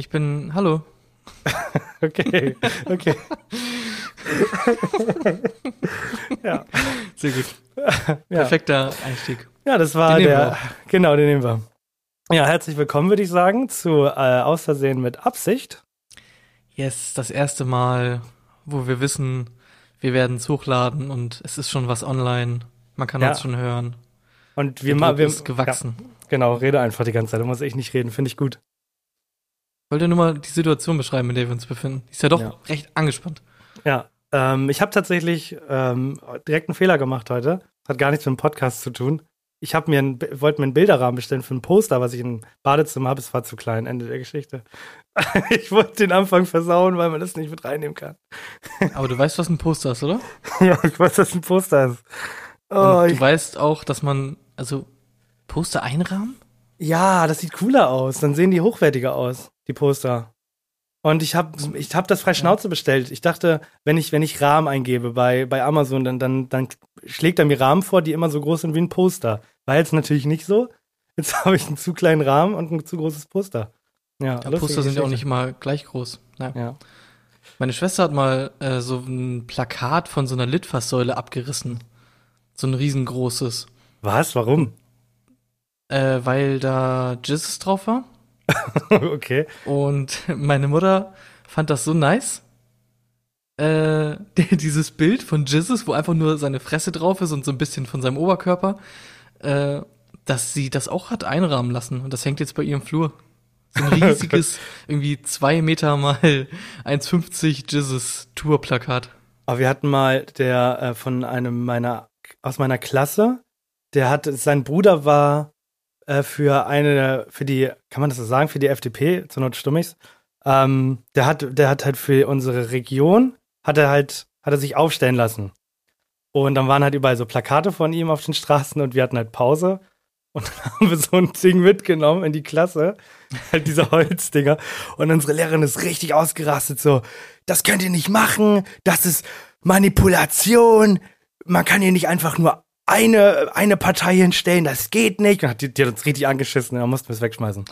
Hallo. Okay. Ja. Sehr gut. Ja. Perfekter Einstieg. Ja, das war Den nehmen wir der. Genau, den nehmen wir. Ja, herzlich willkommen, würde ich sagen, zu Aus Versehen mit Absicht. Yes, das erste Mal, wo wir wissen, wir werden es hochladen und es ist schon was online. Man kann Ja. uns schon hören. Und Der Druck ist gewachsen. Ja, genau, rede einfach die ganze Zeit. Da muss ich nicht reden, finde ich gut. Ich wollte nur mal die Situation beschreiben, in der wir uns befinden. Die ist ja doch Ja. recht angespannt. Ja, ich habe tatsächlich direkt einen Fehler gemacht heute. Hat gar nichts mit dem Podcast zu tun. Ich wollte mir einen Bilderrahmen bestellen für ein Poster, was ich im Badezimmer habe. Es war zu klein, Ende der Geschichte. Ich wollte den Anfang versauen, weil man das nicht mit reinnehmen kann. Aber du weißt, was ein Poster ist, oder? Ja, ich weiß, dass ein Poster ist. Und du weißt auch, dass man, Poster einrahmen? Ja, das sieht cooler aus. Dann sehen die hochwertiger aus, die Poster. Und ich hab das frei Schnauze bestellt. Ich dachte, wenn ich Rahmen eingebe bei Amazon, dann schlägt er mir Rahmen vor, die immer so groß sind wie ein Poster. War jetzt natürlich nicht so. Jetzt habe ich einen zu kleinen Rahmen und ein zu großes Poster. Ja, Poster sind ja auch nicht immer gleich groß. Ja. Meine Schwester hat mal so ein Plakat von so einer Litfaßsäule abgerissen. So ein riesengroßes. Was? Warum? Weil da Jesus drauf war. Okay. Und meine Mutter fand das so nice. Dieses Bild von Jesus, wo einfach nur seine Fresse drauf ist und so ein bisschen von seinem Oberkörper, dass sie das auch hat einrahmen lassen. Und das hängt jetzt bei ihr im Flur. So ein riesiges, irgendwie 2 Meter mal 1,50 Jesus-Tour-Plakat. Aber wir hatten mal von aus meiner Klasse, sein Bruder war für die, kann man das so sagen, für die FDP, zur Not Stummichs, der hat halt für unsere Region, hat er sich aufstellen lassen. Und dann waren halt überall so Plakate von ihm auf den Straßen und wir hatten halt Pause. Und dann haben wir so ein Ding mitgenommen in die Klasse, halt diese Holzdinger. Und unsere Lehrerin ist richtig ausgerastet, so, das könnt ihr nicht machen, das ist Manipulation, man kann hier nicht einfach nur eine Partei hinstellen, das geht nicht. Und die hat uns richtig angeschissen, da mussten wir es wegschmeißen.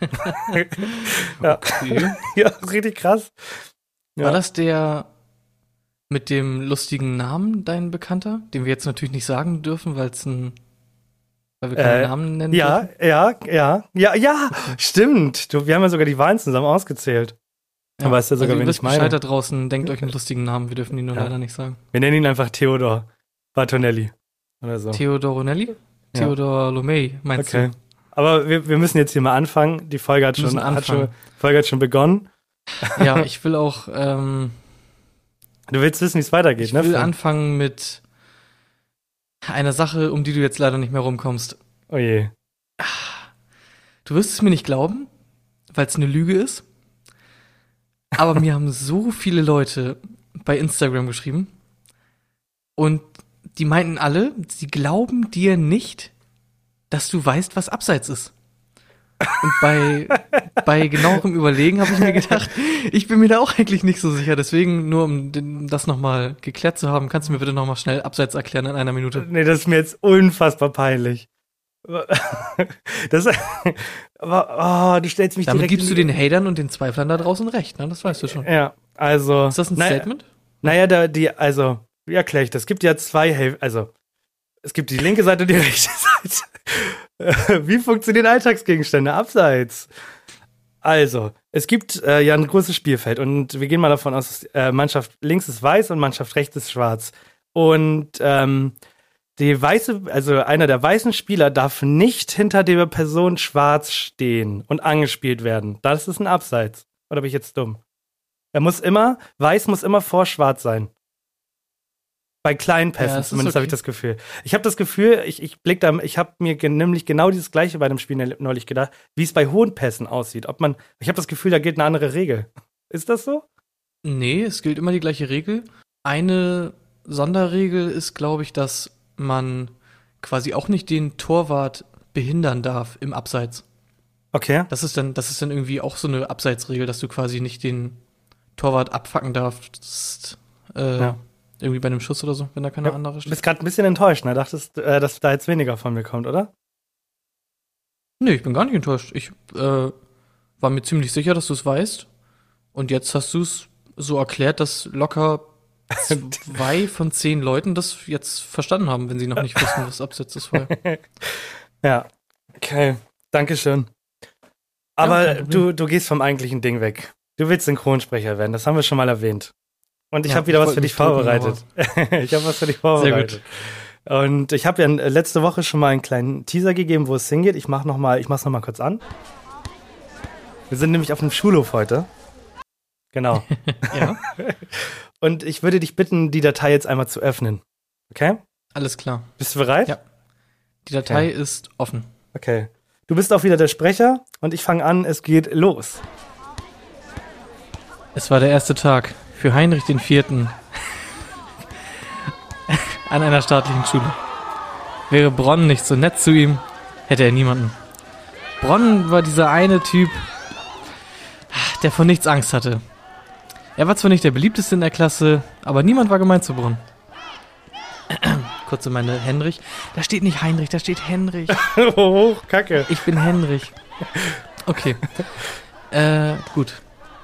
Ja. Okay. Ja, richtig krass. Ja. War das der mit dem lustigen Namen, dein Bekannter? Den wir jetzt natürlich nicht sagen dürfen, weil wir keinen Namen nennen dürfen? Ja, stimmt. Wir haben ja sogar die Wahlen zusammen ausgezählt. Ja. Du weißt ja sogar, ihr wen wisst ich meine. Bescheid da draußen, denkt euch einen lustigen Namen, wir dürfen ihn nur leider nicht sagen. Wir nennen ihn einfach Theodor Bartonelli oder so. Theodor Ronelli? Ja. Theodor Lomey, meinst du? Aber wir müssen jetzt hier mal anfangen. Die Folge hat schon begonnen. Ja, ich will auch Du willst wissen, wie es weitergeht, ich ne? Ich will anfangen mit einer Sache, um die du jetzt leider nicht mehr rumkommst. Oh je. Du wirst es mir nicht glauben, weil es eine Lüge ist. Aber mir haben so viele Leute bei Instagram geschrieben und die meinten alle, sie glauben dir nicht, dass du weißt, was Abseits ist. Und bei genauerem Überlegen habe ich mir gedacht, ich bin mir da auch eigentlich nicht so sicher. Deswegen, nur um das nochmal geklärt zu haben, kannst du mir bitte nochmal schnell Abseits erklären in einer Minute? Nee, das ist mir jetzt unfassbar peinlich. Du stellst mich Damit direkt gibst du den Hatern und den Zweiflern da draußen recht, ne? Das weißt du schon. Ja, also. Ist das ein Statement? Naja, wie erkläre ich das? Es gibt ja zwei Hälften, also es gibt die linke Seite und die rechte Seite. Wie funktionieren Alltagsgegenstände abseits? Also, es gibt ja ein großes Spielfeld und wir gehen mal davon aus, Mannschaft links ist weiß und Mannschaft rechts ist schwarz. Und einer der weißen Spieler darf nicht hinter der Person schwarz stehen und angespielt werden. Das ist ein Abseits. Oder bin ich jetzt dumm? Weiß muss immer vor schwarz sein. Bei kleinen Pässen zumindest habe ich das Gefühl. Ich habe das Gefühl, ich habe mir nämlich genau dieses Gleiche bei dem Spiel neulich gedacht, wie es bei hohen Pässen aussieht. Ich habe das Gefühl, da gilt eine andere Regel. Ist das so? Nee, es gilt immer die gleiche Regel. Eine Sonderregel ist, glaube ich, dass man quasi auch nicht den Torwart behindern darf im Abseits. Okay. Das ist dann irgendwie auch so eine Abseitsregel, dass du quasi nicht den Torwart abfacken darfst. Irgendwie bei einem Schuss oder so, wenn da keine andere steht. Du bist gerade ein bisschen enttäuscht, ne? Dachtest, dass da jetzt weniger von mir kommt, oder? Nee, ich bin gar nicht enttäuscht. Ich war mir ziemlich sicher, dass du es weißt. Und jetzt hast du es so erklärt, dass locker 2 von 10 Leuten das jetzt verstanden haben, wenn sie noch nicht wussten, was Abseits ist vorher. Ja, okay. Dankeschön. Aber kein Problem. du gehst vom eigentlichen Ding weg. Du willst Synchronsprecher werden, das haben wir schon mal erwähnt. Und ich Ja, habe wieder ich was wollte für dich mich drücken, vorbereitet. Ich habe was für dich vorbereitet. Sehr gut. Und ich habe ja letzte Woche schon mal einen kleinen Teaser gegeben, wo es hingeht. Ich mach's noch mal kurz an. Wir sind nämlich auf dem Schulhof heute. Genau. Ja, Und ich würde dich bitten, die Datei jetzt einmal zu öffnen. Okay? alles klar. Bist du bereit? Ja. Die Datei ist offen. Okay. Du bist auch wieder der Sprecher und ich fange an, es geht los. Es war der erste Tag für Heinrich IV. An einer staatlichen Schule. Wäre Bronn nicht so nett zu ihm, hätte er niemanden. Bronn war dieser eine Typ, der vor nichts Angst hatte. Er war zwar nicht der beliebteste in der Klasse, aber niemand war gemein zu Bronn. Kurze meine Henrich. Da steht nicht Heinrich, da steht Henrich. Oh, Kacke. Ich bin Henrich. Okay. Gut.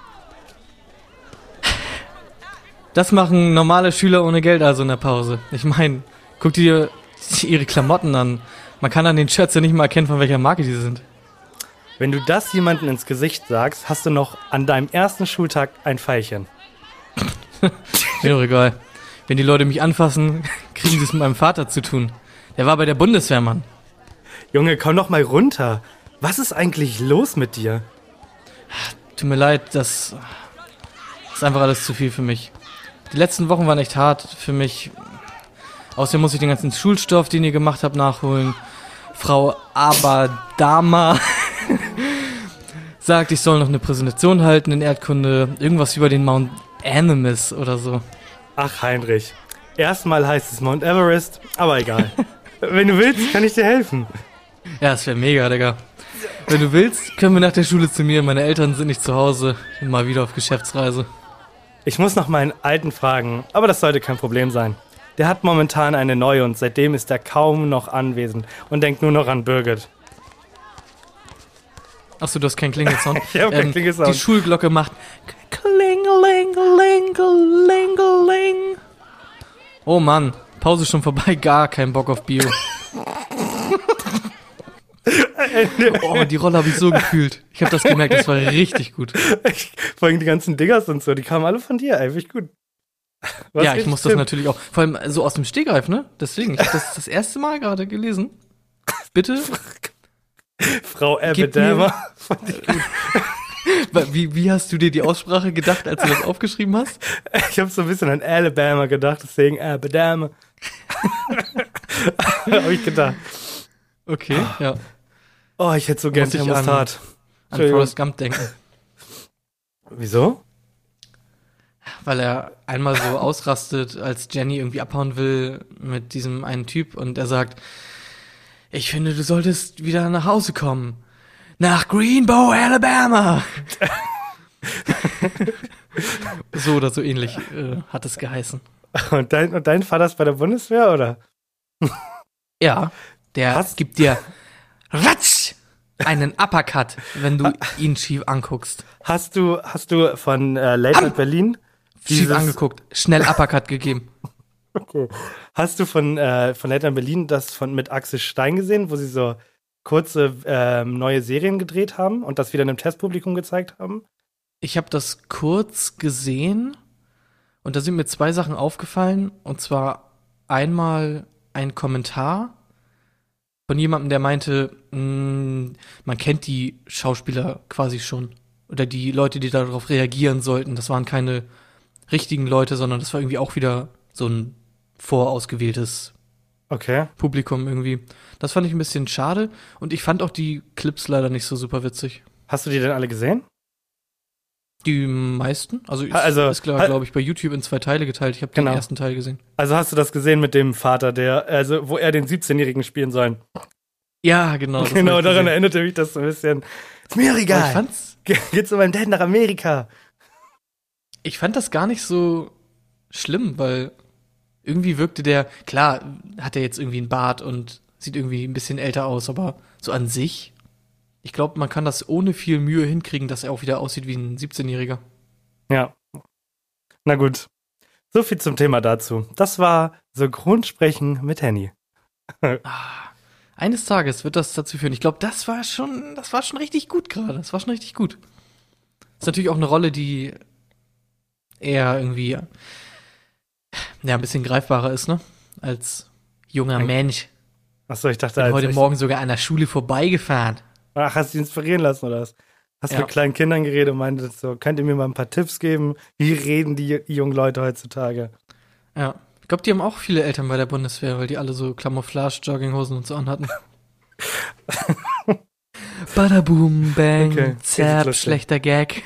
Das machen normale Schüler ohne Geld also in der Pause. Ich meine, guck dir ihre Klamotten an. Man kann an den Shirts ja nicht mal erkennen, von welcher Marke die sind. Wenn du das jemandem ins Gesicht sagst, hast du noch an deinem ersten Schultag ein Pfeilchen. Mir doch egal. Wenn die Leute mich anfassen, kriegen sie es mit meinem Vater zu tun. Der war bei der Bundeswehr, Mann. Junge, komm doch mal runter. Was ist eigentlich los mit dir? Tut mir leid, das ist einfach alles zu viel für mich. Die letzten Wochen waren echt hart für mich. Außerdem muss ich den ganzen Schulstoff, den ihr gemacht habt, nachholen. Frau Abadama sagt, ich soll noch eine Präsentation halten in Erdkunde. Irgendwas über den Mount Animus oder so. Ach, Heinrich. Erstmal heißt es Mount Everest, aber egal. Wenn du willst, kann ich dir helfen. Ja, das wäre mega, Digga. Wenn du willst, können wir nach der Schule zu mir. Meine Eltern sind nicht zu Hause. Bin mal wieder auf Geschäftsreise. Ich muss noch meinen Alten fragen, aber das sollte kein Problem sein. Der hat momentan eine neue und seitdem ist er kaum noch anwesend und denkt nur noch an Birgit. Achso, du hast keinen Klingelsound. Ich hab keinen Klingelsound. Die Schulglocke macht Klingelingelingelingeling. Oh Mann, Pause schon vorbei, gar kein Bock auf Bio. Oh, die Rolle habe ich so gefühlt. Ich habe das gemerkt, das war richtig gut. Vor allem die ganzen Diggers und so, die kamen alle von dir, eigentlich gut. Was Ja, ich richtig muss das schlimm. natürlich auch, vor allem so aus dem Stegreif, ne? Deswegen, ich habe das erste Mal gerade gelesen. Bitte, Frau Gib mir- Abedama. wie hast du dir die Aussprache gedacht, als du das aufgeschrieben hast? Ich habe so ein bisschen an Alabama gedacht, deswegen Abedama. Habe ich gedacht. Okay, ja. Oh, ich hätte so gern Muss ich Thermostat. An Entschuldigung. Forrest Gump denken. Wieso? Weil er einmal so ausrastet, als Jenny irgendwie abhauen will mit diesem einen Typ und er sagt, ich finde, du solltest wieder nach Hause kommen. Nach Greenbow, Alabama. So oder so ähnlich hat es geheißen. Und dein Vater ist bei der Bundeswehr, oder? Ja, der Was? gibt dir ratsch einen Uppercut, wenn du ihn schief anguckst. Hast du von Late Night Berlin Schief angeguckt, schnell Uppercut gegeben. Okay. Hast du von Late Night Berlin das mit Axel Stein gesehen, wo sie so kurze neue Serien gedreht haben und das wieder einem Testpublikum gezeigt haben? Ich habe das kurz gesehen und da sind mir 2 Sachen aufgefallen. Und zwar einmal ein Kommentar von jemandem, der meinte, man kennt die Schauspieler quasi schon. Oder die Leute, die darauf reagieren sollten. Das waren keine richtigen Leute, sondern das war irgendwie auch wieder so ein vorausgewähltes Okay. Publikum irgendwie. Das fand ich ein bisschen schade. Und ich fand auch die Clips leider nicht so super witzig. Hast du die denn alle gesehen? Die meisten? Also, Also, ist glaube ich, bei YouTube in 2 Teile geteilt. Ich habe den Genau. ersten Teil gesehen. Also hast du das gesehen mit dem Vater, wo er den 17-Jährigen spielen soll? Ja, genau. das Genau, hab ich daran gesehen. erinnerte mich das so ein bisschen. Ist mir Aber egal. Geht zu meinem Dad nach Amerika. ich fand das gar nicht so schlimm, weil irgendwie wirkte der, klar, hat er jetzt irgendwie einen Bart und sieht irgendwie ein bisschen älter aus, aber so an sich, Ich glaube, man kann das ohne viel Mühe hinkriegen, dass er auch wieder aussieht wie ein 17-Jähriger. Ja. Na gut. So viel zum Thema dazu. Das war Synchronsprechen mit Henny. Eines Tages wird das dazu führen. Ich glaube, das war schon richtig gut gerade. Das war schon richtig gut. Ist natürlich auch eine Rolle, die eher irgendwie ein bisschen greifbarer ist, ne? Als junger Mensch. Achso, ich dachte, Bin heute Morgen sogar an der Schule vorbeigefahren. Ach, hast du dich inspirieren lassen oder was? Hast Ja. mit kleinen Kindern geredet und meintest so, könnt ihr mir mal ein paar Tipps geben? Wie reden die jungen Leute heutzutage? Ja. Ich glaube, die haben auch viele Eltern bei der Bundeswehr, weil die alle so Camouflage-Jogginghosen und so anhatten. Badaboom, bang, Okay, zap, lustig. schlechter Gag.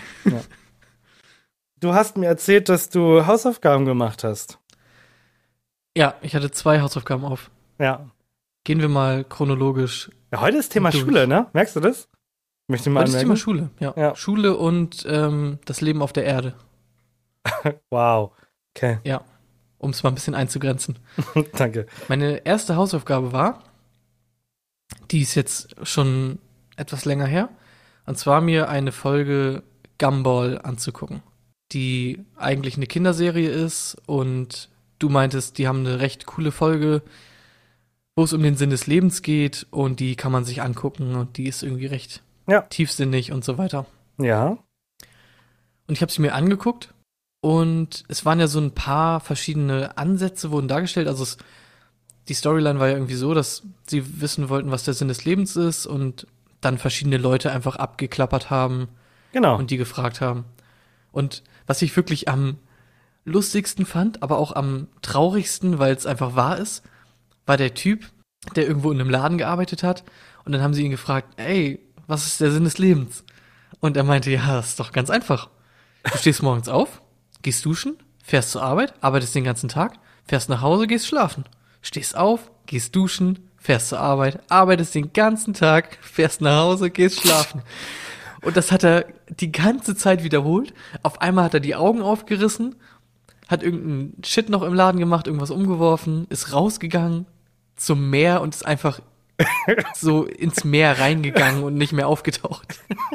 Du hast mir erzählt, dass du Hausaufgaben gemacht hast. Ja, ich hatte 2 Hausaufgaben auf. Ja. Gehen wir mal chronologisch. Ja, heute ist Thema Durch. Schule, ne? Merkst du das? Möchte ich mal Heute ist Thema anmerken? Schule, ja. Ja. Schule und das Leben auf der Erde. Wow. Okay, Ja, um es mal ein bisschen einzugrenzen. danke. Meine erste Hausaufgabe war, die ist jetzt schon etwas länger her, und zwar mir eine Folge Gumball anzugucken, die eigentlich eine Kinderserie ist und du meintest, die haben eine recht coole Folge, wo es um den Sinn des Lebens geht und die kann man sich angucken und die ist irgendwie recht Ja. tiefsinnig und so weiter. Ja. Und ich habe sie mir angeguckt und es waren ja so ein paar verschiedene Ansätze wurden dargestellt. Also die Storyline war ja irgendwie so, dass sie wissen wollten, was der Sinn des Lebens ist und dann verschiedene Leute einfach abgeklappert haben Genau. und die gefragt haben. Und was ich wirklich am lustigsten fand, aber auch am traurigsten, weil es einfach wahr ist, war der Typ, der irgendwo in einem Laden gearbeitet hat und dann haben sie ihn gefragt, ey, was ist der Sinn des Lebens? Und er meinte, ja, das ist doch ganz einfach. Du stehst morgens auf, gehst duschen, fährst zur Arbeit, arbeitest den ganzen Tag, fährst nach Hause, gehst schlafen. Stehst auf, gehst duschen, fährst zur Arbeit, arbeitest den ganzen Tag, fährst nach Hause, gehst schlafen. Und das hat er die ganze Zeit wiederholt. Auf einmal hat er die Augen aufgerissen, hat irgendeinen Shit noch im Laden gemacht, irgendwas umgeworfen, ist rausgegangen zum Meer und ist einfach so ins Meer reingegangen und nicht mehr aufgetaucht.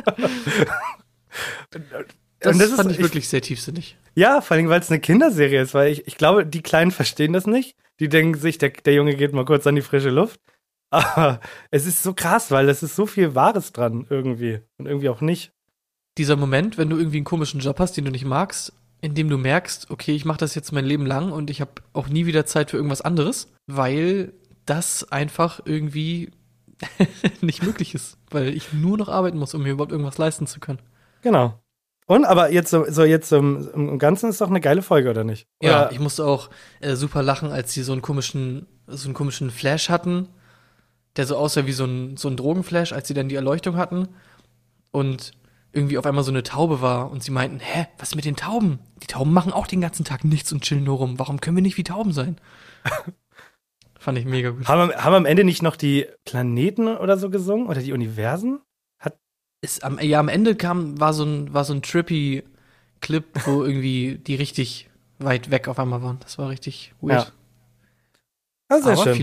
Das, Und das ist- fand ich wirklich sehr tiefsinnig. Ja, vor allem, weil es eine Kinderserie ist, weil ich glaube, die Kleinen verstehen das nicht. Die denken sich, der Junge geht mal kurz an die frische Luft. Aber es ist so krass, weil es ist so viel Wahres dran irgendwie. Und irgendwie auch nicht. Dieser Moment, wenn du irgendwie einen komischen Job hast, den du nicht magst, in dem du merkst, okay, ich mache das jetzt mein Leben lang und ich habe auch nie wieder Zeit für irgendwas anderes, weil das einfach irgendwie nicht möglich ist, weil ich nur noch arbeiten muss, um mir überhaupt irgendwas leisten zu können. Genau. Und, aber jetzt jetzt im Ganzen ist doch eine geile Folge, oder nicht? Ja, Oder, ich musste auch super lachen, als sie so einen komischen Flash hatten, der so aussah wie so ein Drogenflash, als sie dann die Erleuchtung hatten und irgendwie auf einmal so eine Taube war und sie meinten, hä, was ist mit den Tauben? Die Tauben machen auch den ganzen Tag nichts und chillen nur rum. Warum können wir nicht wie Tauben sein? Fand ich mega gut. haben am Ende nicht noch die Planeten oder so gesungen? Oder die Universen? Am Ende war so ein trippy Clip, wo irgendwie die richtig weit weg auf einmal waren. Das war richtig weird. Ja. Ah, sehr Aber schön.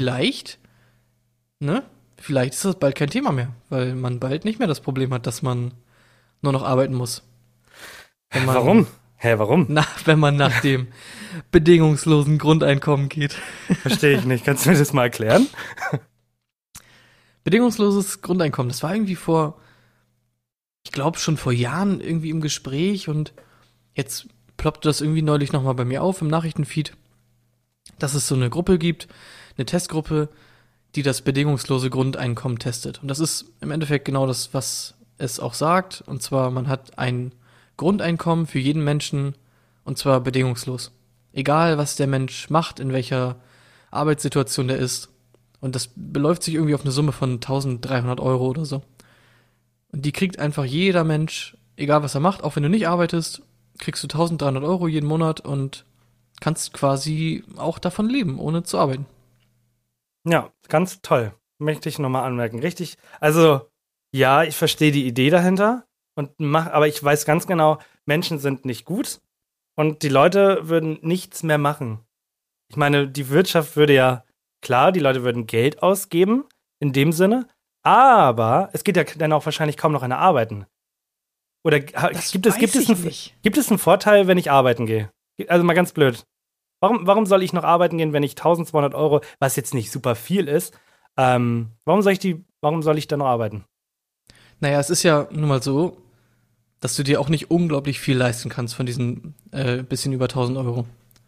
vielleicht ist das bald kein Thema mehr, weil man bald nicht mehr das Problem hat, dass man nur noch arbeiten muss. Wenn man- Warum? Hä, warum? Wenn man nach dem bedingungslosen Grundeinkommen geht. Verstehe ich nicht. Kannst du mir das mal erklären? Bedingungsloses Grundeinkommen, das war irgendwie ich glaube schon vor Jahren irgendwie im Gespräch und jetzt ploppte das irgendwie neulich nochmal bei mir auf im Nachrichtenfeed, dass es so eine Gruppe gibt, eine Testgruppe, die das bedingungslose Grundeinkommen testet. Und das ist im Endeffekt genau das, was es auch sagt. Und zwar, man hat ein Grundeinkommen für jeden Menschen und zwar bedingungslos. Egal, was der Mensch macht, in welcher Arbeitssituation der ist. Und das beläuft sich irgendwie auf eine Summe von 1.300 Euro oder so. Und die kriegt einfach jeder Mensch, egal was er macht, auch wenn du nicht arbeitest, kriegst du 1.300 Euro jeden Monat und kannst quasi auch davon leben, ohne zu arbeiten. Ja, ganz toll. Möchte ich nochmal anmerken. Richtig. Also, ja, ich verstehe die Idee dahinter aber ich weiß ganz genau, Menschen sind nicht gut und die Leute würden nichts mehr machen. Ich meine, die Wirtschaft würde ja, klar, die Leute würden Geld ausgeben, in dem Sinne, Aber es geht ja dann auch wahrscheinlich kaum noch einer arbeiten. Oder gibt es einen Vorteil, wenn ich arbeiten gehe? Also mal ganz blöd. Warum soll ich noch arbeiten gehen, wenn ich 1.200 Euro, was jetzt nicht super viel ist, warum soll ich da noch arbeiten? Naja, es ist ja nun mal so, dass du dir auch nicht unglaublich viel leisten kannst von diesen bisschen über 1.000 Euro.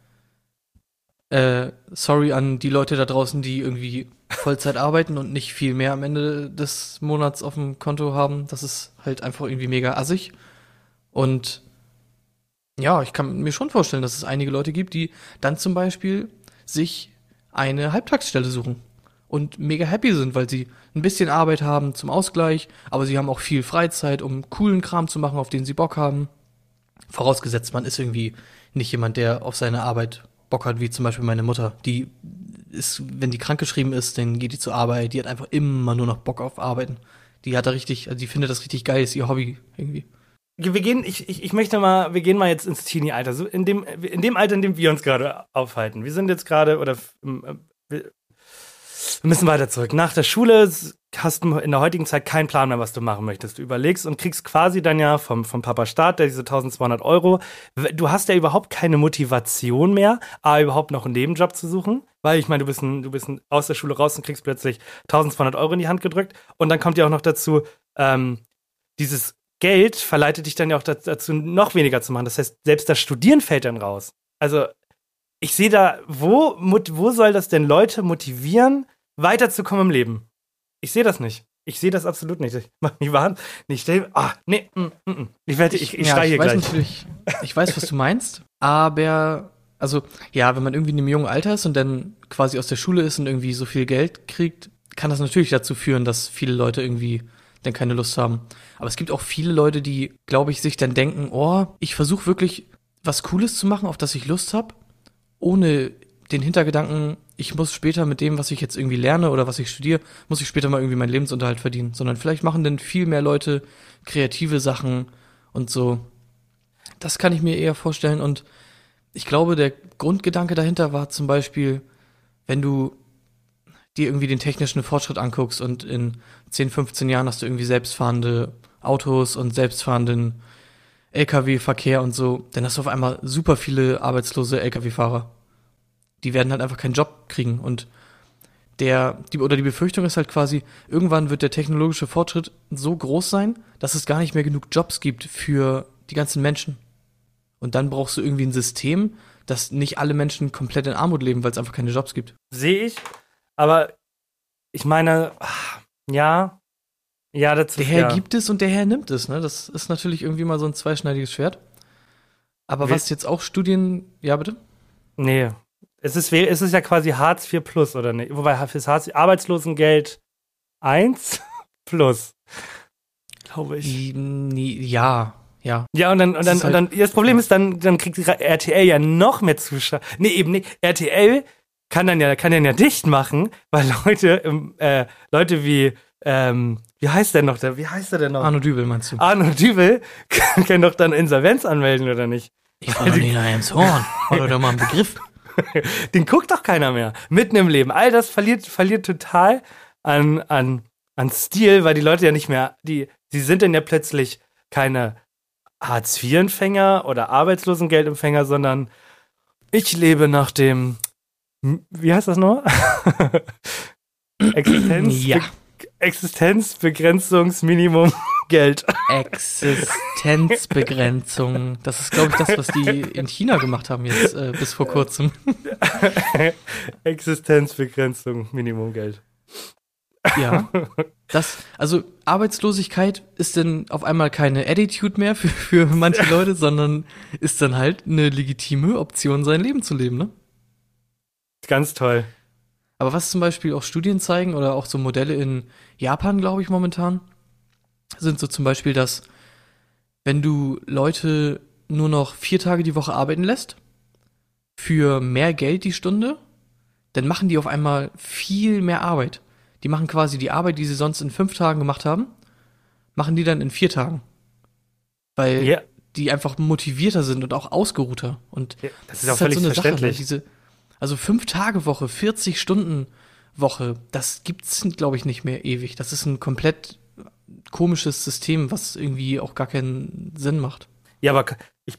Sorry an die Leute da draußen, die irgendwie Vollzeit arbeiten und nicht viel mehr am Ende des Monats auf dem Konto haben. Das ist halt einfach irgendwie mega assig. Und ja, ich kann mir schon vorstellen, dass es einige Leute gibt, die dann zum Beispiel sich eine Halbtagsstelle suchen und mega happy sind, weil sie ein bisschen Arbeit haben zum Ausgleich, aber sie haben auch viel Freizeit, um coolen Kram zu machen, auf den sie Bock haben. Vorausgesetzt, man ist irgendwie nicht jemand, der auf seine Arbeit Bock hat, wie zum Beispiel meine Mutter. Die ist, wenn die krankgeschrieben ist, dann geht die zur Arbeit, die hat einfach immer nur noch Bock auf Arbeiten. Die hat da richtig, also die findet das richtig geil, ist ihr Hobby irgendwie. Wir gehen mal jetzt ins Teenie-Alter, so in dem Alter, in dem wir uns gerade aufhalten. Wir sind jetzt gerade, wir müssen weiter zurück. Nach der Schule hast du in der heutigen Zeit keinen Plan mehr, was du machen möchtest. Du überlegst und kriegst quasi dann ja vom Papa Staat diese 1.200 Euro. Du hast ja überhaupt keine Motivation mehr, überhaupt noch einen Nebenjob zu suchen. Weil ich meine, du bist aus der Schule raus und kriegst plötzlich 1.200 Euro in die Hand gedrückt. Und dann kommt ja auch noch dazu, dieses Geld verleitet dich dann ja auch dazu, noch weniger zu machen. Das heißt, selbst das Studieren fällt dann raus. Also, ich sehe da, wo soll das denn Leute motivieren, weiterzukommen im Leben? Ich sehe das nicht. Ich sehe das absolut nicht. Ich mach mich wahnsinnig. Nee. Ich schreie hier gleich. Ich weiß, was du meinst, aber, also, ja, wenn man irgendwie in einem jungen Alter ist und dann quasi aus der Schule ist und irgendwie so viel Geld kriegt, kann das natürlich dazu führen, dass viele Leute irgendwie dann keine Lust haben. Aber es gibt auch viele Leute, die, glaube ich, sich dann denken, ich versuche wirklich was Cooles zu machen, auf das ich Lust habe, ohne den Hintergedanken, ich muss später mit dem, was ich jetzt irgendwie lerne oder was ich studiere, muss ich später mal irgendwie meinen Lebensunterhalt verdienen. Sondern vielleicht machen dann viel mehr Leute kreative Sachen und so. Das kann ich mir eher vorstellen. Und ich glaube, der Grundgedanke dahinter war zum Beispiel, wenn du dir irgendwie den technischen Fortschritt anguckst und in 10, 15 Jahren hast du irgendwie selbstfahrende Autos und selbstfahrenden LKW-Verkehr und so, dann hast du auf einmal super viele arbeitslose LKW-Fahrer. Die werden halt einfach keinen Job kriegen und die Befürchtung ist halt quasi, irgendwann wird der technologische Fortschritt so groß sein, dass es gar nicht mehr genug Jobs gibt für die ganzen Menschen. Und dann brauchst du irgendwie ein System, dass nicht alle Menschen komplett in Armut leben, weil es einfach keine Jobs gibt. Sehe ich. Aber ich meine, ja, dazu. Der Herr gibt es und der Herr nimmt es, ne? Das ist natürlich irgendwie mal so ein zweischneidiges Schwert. Aber was jetzt auch ja, bitte? Nee. Es ist ja quasi Hartz IV plus, oder nicht? Wobei fürs Arbeitslosengeld 1 plus, glaube ich. Ja. Ja, und dann das Problem ist, dann kriegt RTL ja noch mehr Zuschauer. Nee, eben nicht. RTL kann dann ja dicht machen, weil Leute wie wie heißt der denn noch? Arno Dübel, meinst du? Arno Dübel kann doch dann Insolvenz anmelden, oder nicht? Ich war doch nicht nach ins Horn. Oder doch mal einen Begriff. Den guckt doch keiner mehr. Mitten im Leben. All das verliert total an Stil, weil die Leute ja nicht mehr, sie sind dann ja plötzlich keine Hartz-IV-Empfänger oder Arbeitslosengeldempfänger, sondern ich lebe nach dem, wie heißt das noch? Existenzbegrenzungsminimumgeld. Existenzbegrenzung. Das ist, glaube ich, das, was die in China gemacht haben jetzt bis vor kurzem. Existenzbegrenzung, Minimumgeld. Ja. Also Arbeitslosigkeit ist dann auf einmal keine Attitude mehr für manche Leute, sondern ist dann halt eine legitime Option, sein Leben zu leben, ne? Ganz toll. Aber was zum Beispiel auch Studien zeigen oder auch so Modelle in Japan, glaube ich, momentan, sind so zum Beispiel, dass wenn du Leute nur noch 4 Tage die Woche arbeiten lässt, für mehr Geld die Stunde, dann machen die auf einmal viel mehr Arbeit. Die machen quasi die Arbeit, die sie sonst in 5 Tagen gemacht haben, machen die dann in 4 Tagen. Weil die einfach motivierter sind und auch ausgeruhter. Und das ist auch völlig verständlich. Also 5-Tage-Woche, 40 Stunden Woche, das gibt's, glaube ich, nicht mehr ewig. Das ist ein komplett komisches System, was irgendwie auch gar keinen Sinn macht. Ja, aber ich,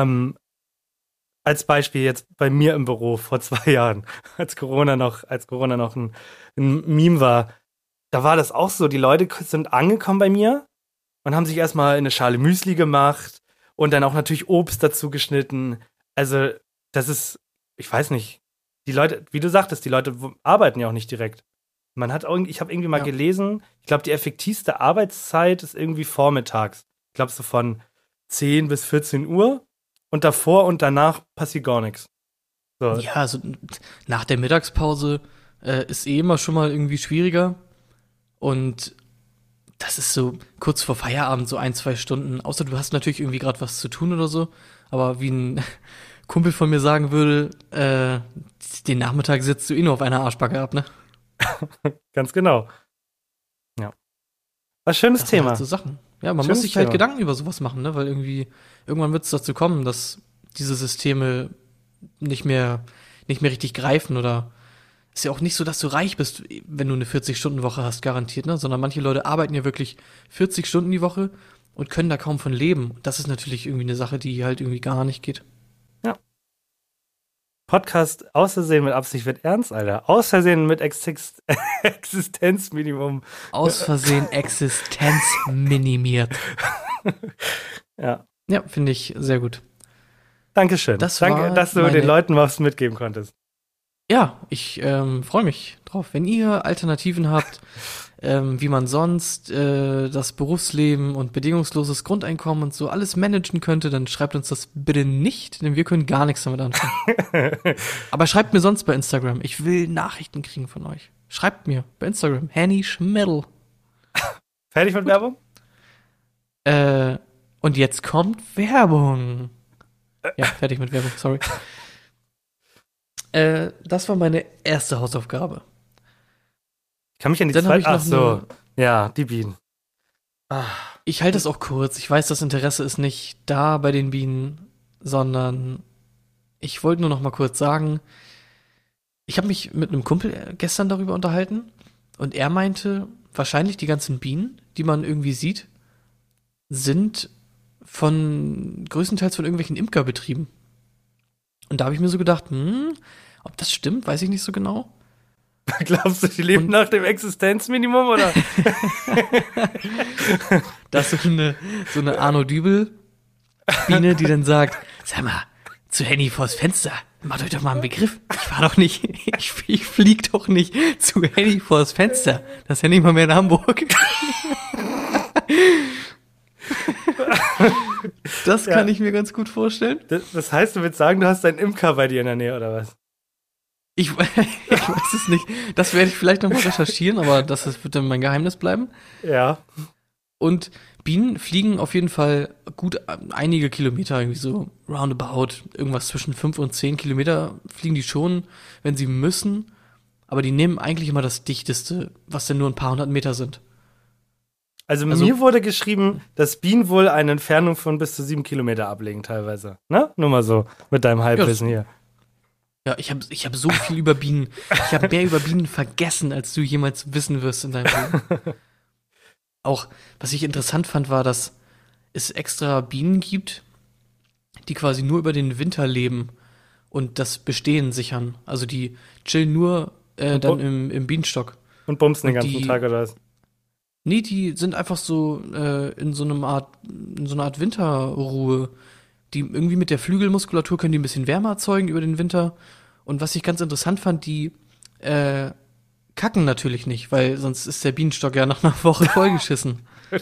als Beispiel jetzt bei mir im Büro vor 2 Jahren, als Corona noch ein Meme war, da war das auch so. Die Leute sind angekommen bei mir und haben sich erstmal eine Schale Müsli gemacht und dann auch natürlich Obst dazu geschnitten. Also, das ist, ich weiß nicht, die Leute, wie du sagtest, die Leute arbeiten ja auch nicht direkt. Ich habe irgendwie mal gelesen, ich glaube, die effektivste Arbeitszeit ist irgendwie vormittags. Ich glaube, so von 10 bis 14 Uhr. Und davor und danach passiert gar nichts. So. Ja, also nach der Mittagspause ist immer schon mal irgendwie schwieriger. Und das ist so kurz vor Feierabend, so 1, 2 Stunden. Außer du hast natürlich irgendwie gerade was zu tun oder so. Aber wie ein Kumpel von mir sagen würde, den Nachmittag sitzt du eh nur auf einer Arschbacke ab, ne? Ganz genau. Ja. Was schönes Das sind Thema. halt so Sachen. Ja, man Schönes muss sich halt Thema. Gedanken über sowas machen, ne? Weil irgendwann wird es dazu kommen, dass diese Systeme nicht mehr richtig greifen oder ist ja auch nicht so, dass du reich bist, wenn du eine 40-Stunden-Woche hast, garantiert, ne? Sondern manche Leute arbeiten ja wirklich 40 Stunden die Woche und können da kaum von leben. Und das ist natürlich irgendwie eine Sache, die halt irgendwie gar nicht geht. Podcast aus Versehen mit Absicht wird ernst, Alter. Aus Versehen mit Existenzminimum. Aus Versehen Existenz minimiert. Ja. Ja, finde ich sehr gut. Dankeschön. Danke, dass du den Leuten was mitgeben konntest. Ja, ich freue mich drauf. Wenn ihr Alternativen habt, wie man sonst das Berufsleben und bedingungsloses Grundeinkommen und so alles managen könnte, dann schreibt uns das bitte nicht, denn wir können gar nichts damit anfangen. Aber schreibt mir sonst bei Instagram. Ich will Nachrichten kriegen von euch. Schreibt mir bei Instagram. Henny Schmiddel. Fertig mit Werbung? Und jetzt kommt Werbung. Ja, fertig mit Werbung, sorry. Das war meine erste Hausaufgabe. Ich kann mich an die Dann zweite. hab ich noch Ja, die Bienen. Ich halte es auch kurz. Ich weiß, das Interesse ist nicht da bei den Bienen, sondern ich wollte nur noch mal kurz sagen, ich habe mich mit einem Kumpel gestern darüber unterhalten und er meinte, wahrscheinlich die ganzen Bienen, die man irgendwie sieht, sind größtenteils von irgendwelchen Imkerbetrieben. Und da habe ich mir so gedacht, ob das stimmt, weiß ich nicht so genau. Glaubst du, die leben nach dem Existenzminimum, oder? Das ist so eine Arno Dübel-Biene, die dann sagt, sag mal, zu Henny vors Fenster, macht euch doch mal einen Begriff. Ich flieg doch nicht zu Henny vors Fenster. Das ist ja nicht mal mehr in Hamburg. Das kann ich mir ganz gut vorstellen. Das heißt, du willst sagen, du hast einen Imker bei dir in der Nähe, oder was? Ich weiß es nicht. Das werde ich vielleicht noch mal recherchieren, aber das wird dann mein Geheimnis bleiben. Ja. Und Bienen fliegen auf jeden Fall gut einige Kilometer, irgendwie so roundabout, irgendwas zwischen 5 und 10 Kilometer fliegen die schon, wenn sie müssen. Aber die nehmen eigentlich immer das Dichteste, was denn nur ein paar hundert Meter sind. Also mir wurde geschrieben, dass Bienen wohl eine Entfernung von bis zu 7 Kilometer ablegen teilweise. Ne? Nur mal so mit deinem Halbwissen hier. Ja, ich hab so viel über Bienen. Ich habe mehr über Bienen vergessen, als du jemals wissen wirst in deinem Leben. Auch, was ich interessant fand, war, dass es extra Bienen gibt, die quasi nur über den Winter leben und das Bestehen sichern. Also die chillen nur dann im Bienenstock. Und bumsen den ganzen Tag, oder was? Nee, die sind einfach so in so einer Art Winterruhe. Die irgendwie mit der Flügelmuskulatur können die ein bisschen Wärme erzeugen über den Winter. Und was ich ganz interessant fand, die kacken natürlich nicht, weil sonst ist der Bienenstock ja nach einer Woche vollgeschissen.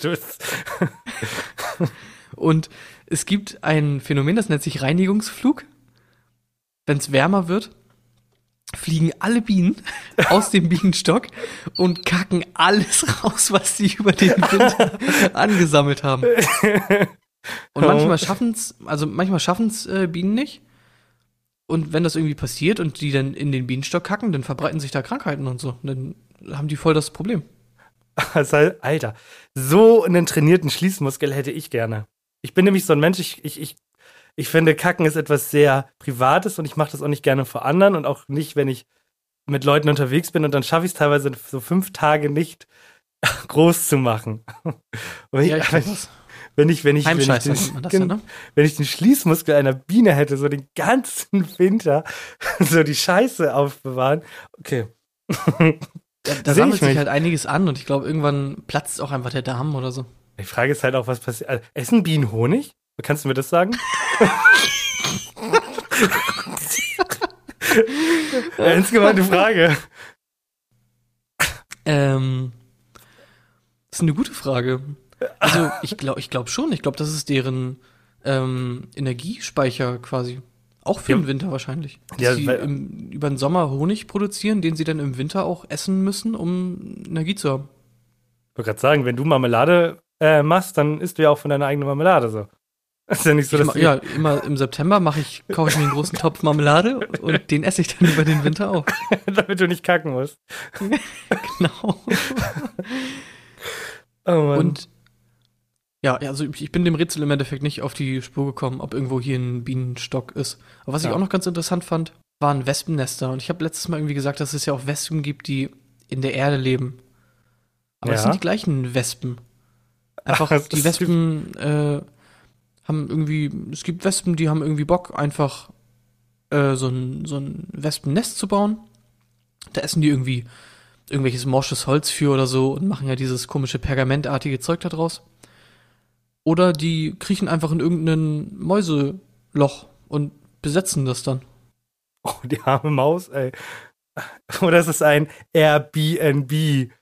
Und es gibt ein Phänomen, das nennt sich Reinigungsflug. Wenn es wärmer wird, fliegen alle Bienen aus dem Bienenstock und kacken alles raus, was sie über den Winter angesammelt haben. Und manchmal schaffen's Bienen nicht. Und wenn das irgendwie passiert und die dann in den Bienenstock kacken, dann verbreiten sich da Krankheiten und so. Und dann haben die voll das Problem. Das heißt, Alter, so einen trainierten Schließmuskel hätte ich gerne. Ich bin nämlich so ein Mensch, ich finde, Kacken ist etwas sehr Privates und ich mache das auch nicht gerne vor anderen und auch nicht, wenn ich mit Leuten unterwegs bin und dann schaffe ich es teilweise so 5 Tage nicht groß zu machen. Ja, ich kenn das. Wenn ich den nennt man das ja, ne? wenn ich den Schließmuskel einer Biene hätte, so den ganzen Winter so die Scheiße aufbewahren. Okay. Da sammelt sich halt einiges an und ich glaube, irgendwann platzt auch einfach der Darm oder so. Die Frage ist halt auch, was passiert. Also, essen Bienen Honig? Kannst du mir das sagen? Ernst gemeinte Frage. Das ist eine gute Frage. Also ich glaube schon. Ich glaube, das ist deren Energiespeicher quasi. Auch für den Winter wahrscheinlich. Dass sie über den Sommer Honig produzieren, den sie dann im Winter auch essen müssen, um Energie zu haben. Ich wollte gerade sagen, wenn du Marmelade machst, dann isst du ja auch von deiner eigenen Marmelade so. Das ist ja nicht so, dass immer im September kaufe ich mir einen großen Topf Marmelade und den esse ich dann über den Winter auch. Damit du nicht kacken musst. Genau. Oh Mann. Und ja, also ich bin dem Rätsel im Endeffekt nicht auf die Spur gekommen, ob irgendwo hier ein Bienenstock ist. Aber was ich auch noch ganz interessant fand, waren Wespennester. Und ich habe letztes Mal irgendwie gesagt, dass es ja auch Wespen gibt, die in der Erde leben. Aber es sind die gleichen Wespen. Einfach die Wespen haben irgendwie, es gibt Wespen, die haben irgendwie Bock, einfach so ein Wespennest zu bauen. Da essen die irgendwie irgendwelches morsches Holz für oder so und machen ja dieses komische pergamentartige Zeug da draus. Oder die kriechen einfach in irgendein Mäuseloch und besetzen das dann. Oh, die arme Maus, ey. Oder ist es ein Airbnb?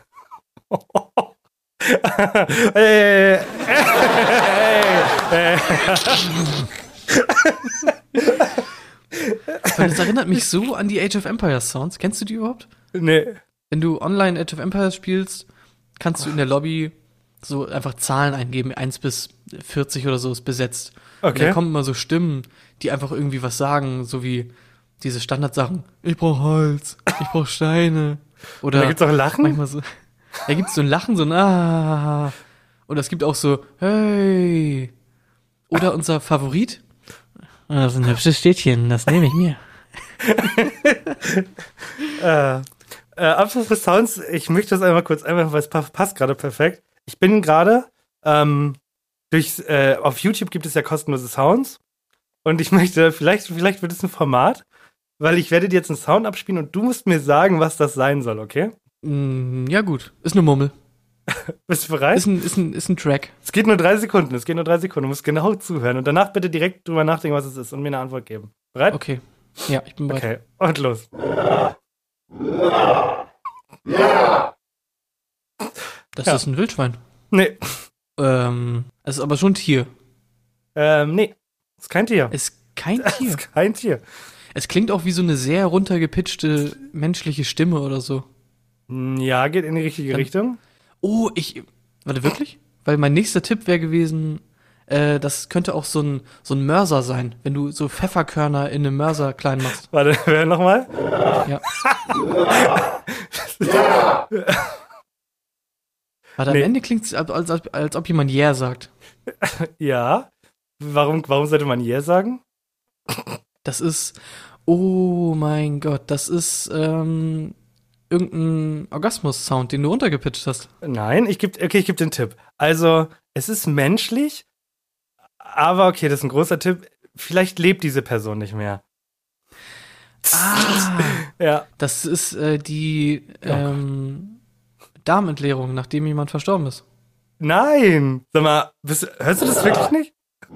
Das erinnert mich so an die Age of Empires Sounds. Kennst du die überhaupt? Nee. Wenn du online Age of Empires spielst, kannst du in der Lobby so einfach Zahlen eingeben, 1 bis 40 oder so ist besetzt. Okay. Und dann kommen immer so Stimmen, die einfach irgendwie was sagen, so wie diese Standardsachen. Ich brauche Holz, ich brauche Steine. Oder da gibt's auch Lachen? Manchmal so. Da gibt's so ein Lachen, so ein Ah. Oder es gibt auch so Hey. Oder unser Favorit. Das ist ein hübsches Städtchen, das nehme ich mir. Apropos Sounds, ich möchte das einmal kurz weil es passt gerade perfekt. Ich bin gerade auf YouTube gibt es ja kostenlose Sounds und ich möchte, vielleicht wird es ein Format, weil ich werde dir jetzt einen Sound abspielen und du musst mir sagen, was das sein soll, okay? Ja gut, ist eine Murmel. Bist du bereit? Ist ein Track. Es geht nur 3 Sekunden, du musst genau zuhören und danach bitte direkt drüber nachdenken, was es ist und mir eine Antwort geben. Bereit? Okay. Ja, ich bin bereit. Okay, und los. Das ist ein Wildschwein. Nee. Es ist aber schon ein Tier. Nee. Ist kein Tier. Ist kein Tier. Ist kein Tier. Es klingt auch wie so eine sehr runtergepitchte menschliche Stimme oder so. Ja, geht in die richtige Richtung. Oh, warte, wirklich? Weil mein nächster Tipp wäre gewesen, das könnte auch so ein Mörser sein, wenn du so Pfefferkörner in einem Mörser klein machst. Warte, wer nochmal? Ja. Warte, am Ende klingt es, als ob jemand Yeah sagt. Ja. Warum sollte man Yeah sagen? Das ist, oh mein Gott, das ist irgendein Orgasmus-Sound, den du runtergepitcht hast. Nein, ich geb den Tipp. Also, es ist menschlich, aber okay, das ist ein großer Tipp. Vielleicht lebt diese Person nicht mehr. Ja. Das ist die Darmentleerung, nachdem jemand verstorben ist. Nein! Sag mal, hörst du das wirklich nicht?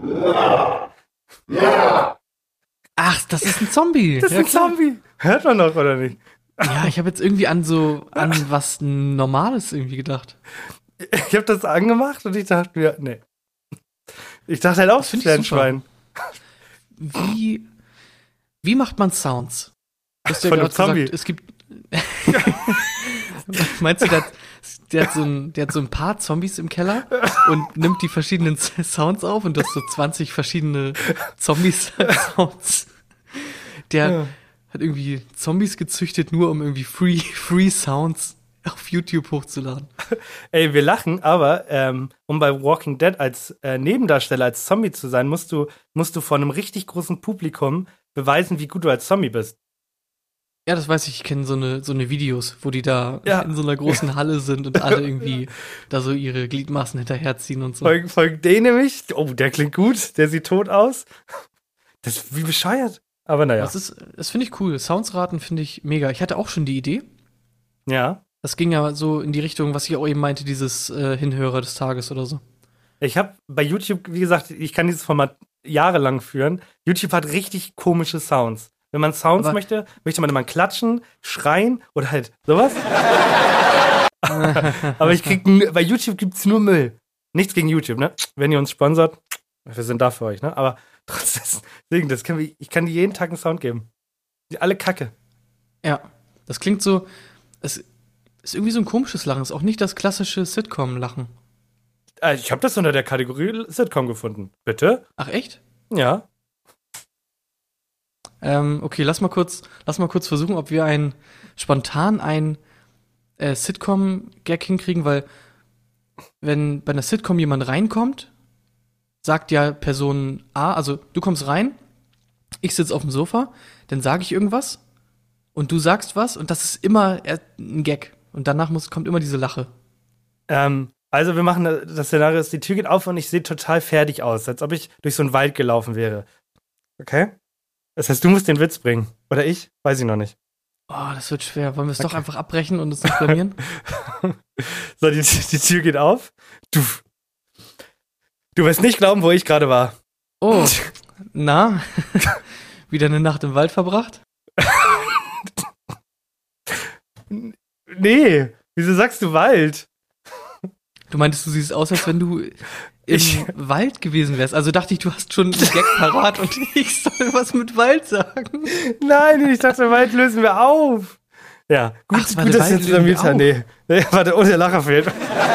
Ach, das ist ein Zombie. Das ist ein Zombie. Hört man doch, oder nicht? Ja, ich habe jetzt irgendwie an was Normales irgendwie gedacht. Ich habe das angemacht und ich dachte mir, nee. Ich dachte halt auch, es wäre ein Schwein. Wie macht man Sounds? Du hast ja von einem gerade Zombie. gesagt, es gibt. Meinst du, der hat so ein paar Zombies im Keller und nimmt die verschiedenen Sounds auf und du hast so 20 verschiedene Zombies-Sounds. Der hat irgendwie Zombies gezüchtet, nur um irgendwie Free Sounds auf YouTube hochzuladen. Ey, wir lachen, aber um bei Walking Dead als Nebendarsteller, als Zombie zu sein, musst du vor einem richtig großen Publikum beweisen, wie gut du als Zombie bist. Ja, das weiß ich. Ich kenne so eine Videos, wo die da Ja. in so einer großen Halle sind und alle irgendwie da so ihre Gliedmaßen hinterherziehen und so. Folgt den nämlich. Oh, der klingt gut. Der sieht tot aus. Das ist wie bescheuert. Aber naja. Das finde ich cool. Sounds raten finde ich mega. Ich hatte auch schon die Idee. Ja. Das ging ja so in die Richtung, was ich auch eben meinte, dieses Hinhörer des Tages oder so. Ich habe bei YouTube, wie gesagt, ich kann dieses Format jahrelang führen. YouTube hat richtig komische Sounds. Wenn man Sounds möchte man immer klatschen, schreien oder halt sowas. Aber bei YouTube gibt's nur Müll. Nichts gegen YouTube, ne? Wenn ihr uns sponsert, wir sind da für euch, ne? Aber trotzdem, ich kann dir jeden Tag einen Sound geben. Die alle Kacke. Ja, das klingt so, es ist irgendwie so ein komisches Lachen. Ist auch nicht das klassische Sitcom-Lachen. Ich habe das unter der Kategorie Sitcom gefunden. Bitte? Ach, echt? Ja. Okay, lass mal kurz versuchen, ob wir spontan ein Sitcom-Gag hinkriegen, weil wenn bei einer Sitcom jemand reinkommt, sagt ja Person A, also du kommst rein, ich sitze auf dem Sofa, dann sage ich irgendwas und du sagst was und das ist immer ein Gag. Und danach kommt immer diese Lache. Also wir machen das Szenario, ist, die Tür geht auf und ich sehe total fertig aus, als ob ich durch so einen Wald gelaufen wäre. Okay? Das heißt, du musst den Witz bringen. Oder ich? Weiß ich noch nicht. Oh, das wird schwer. Wollen wir es doch einfach abbrechen und uns nicht blamieren? So, die Tür geht auf. Du wirst nicht glauben, wo ich gerade war. Oh, na? Wieder eine Nacht im Wald verbracht? Nee, wieso sagst du Wald? Du meintest, du siehst aus, als wenn du im Wald gewesen wärst. Also dachte ich, du hast schon einen Gag parat und ich soll was mit Wald sagen. Nein, ich dachte, Wald lösen wir auf. Ja, gut, Ach, warte, gut, dass jetzt der Mieter. Nee, warte, oh, der Lacher fehlt.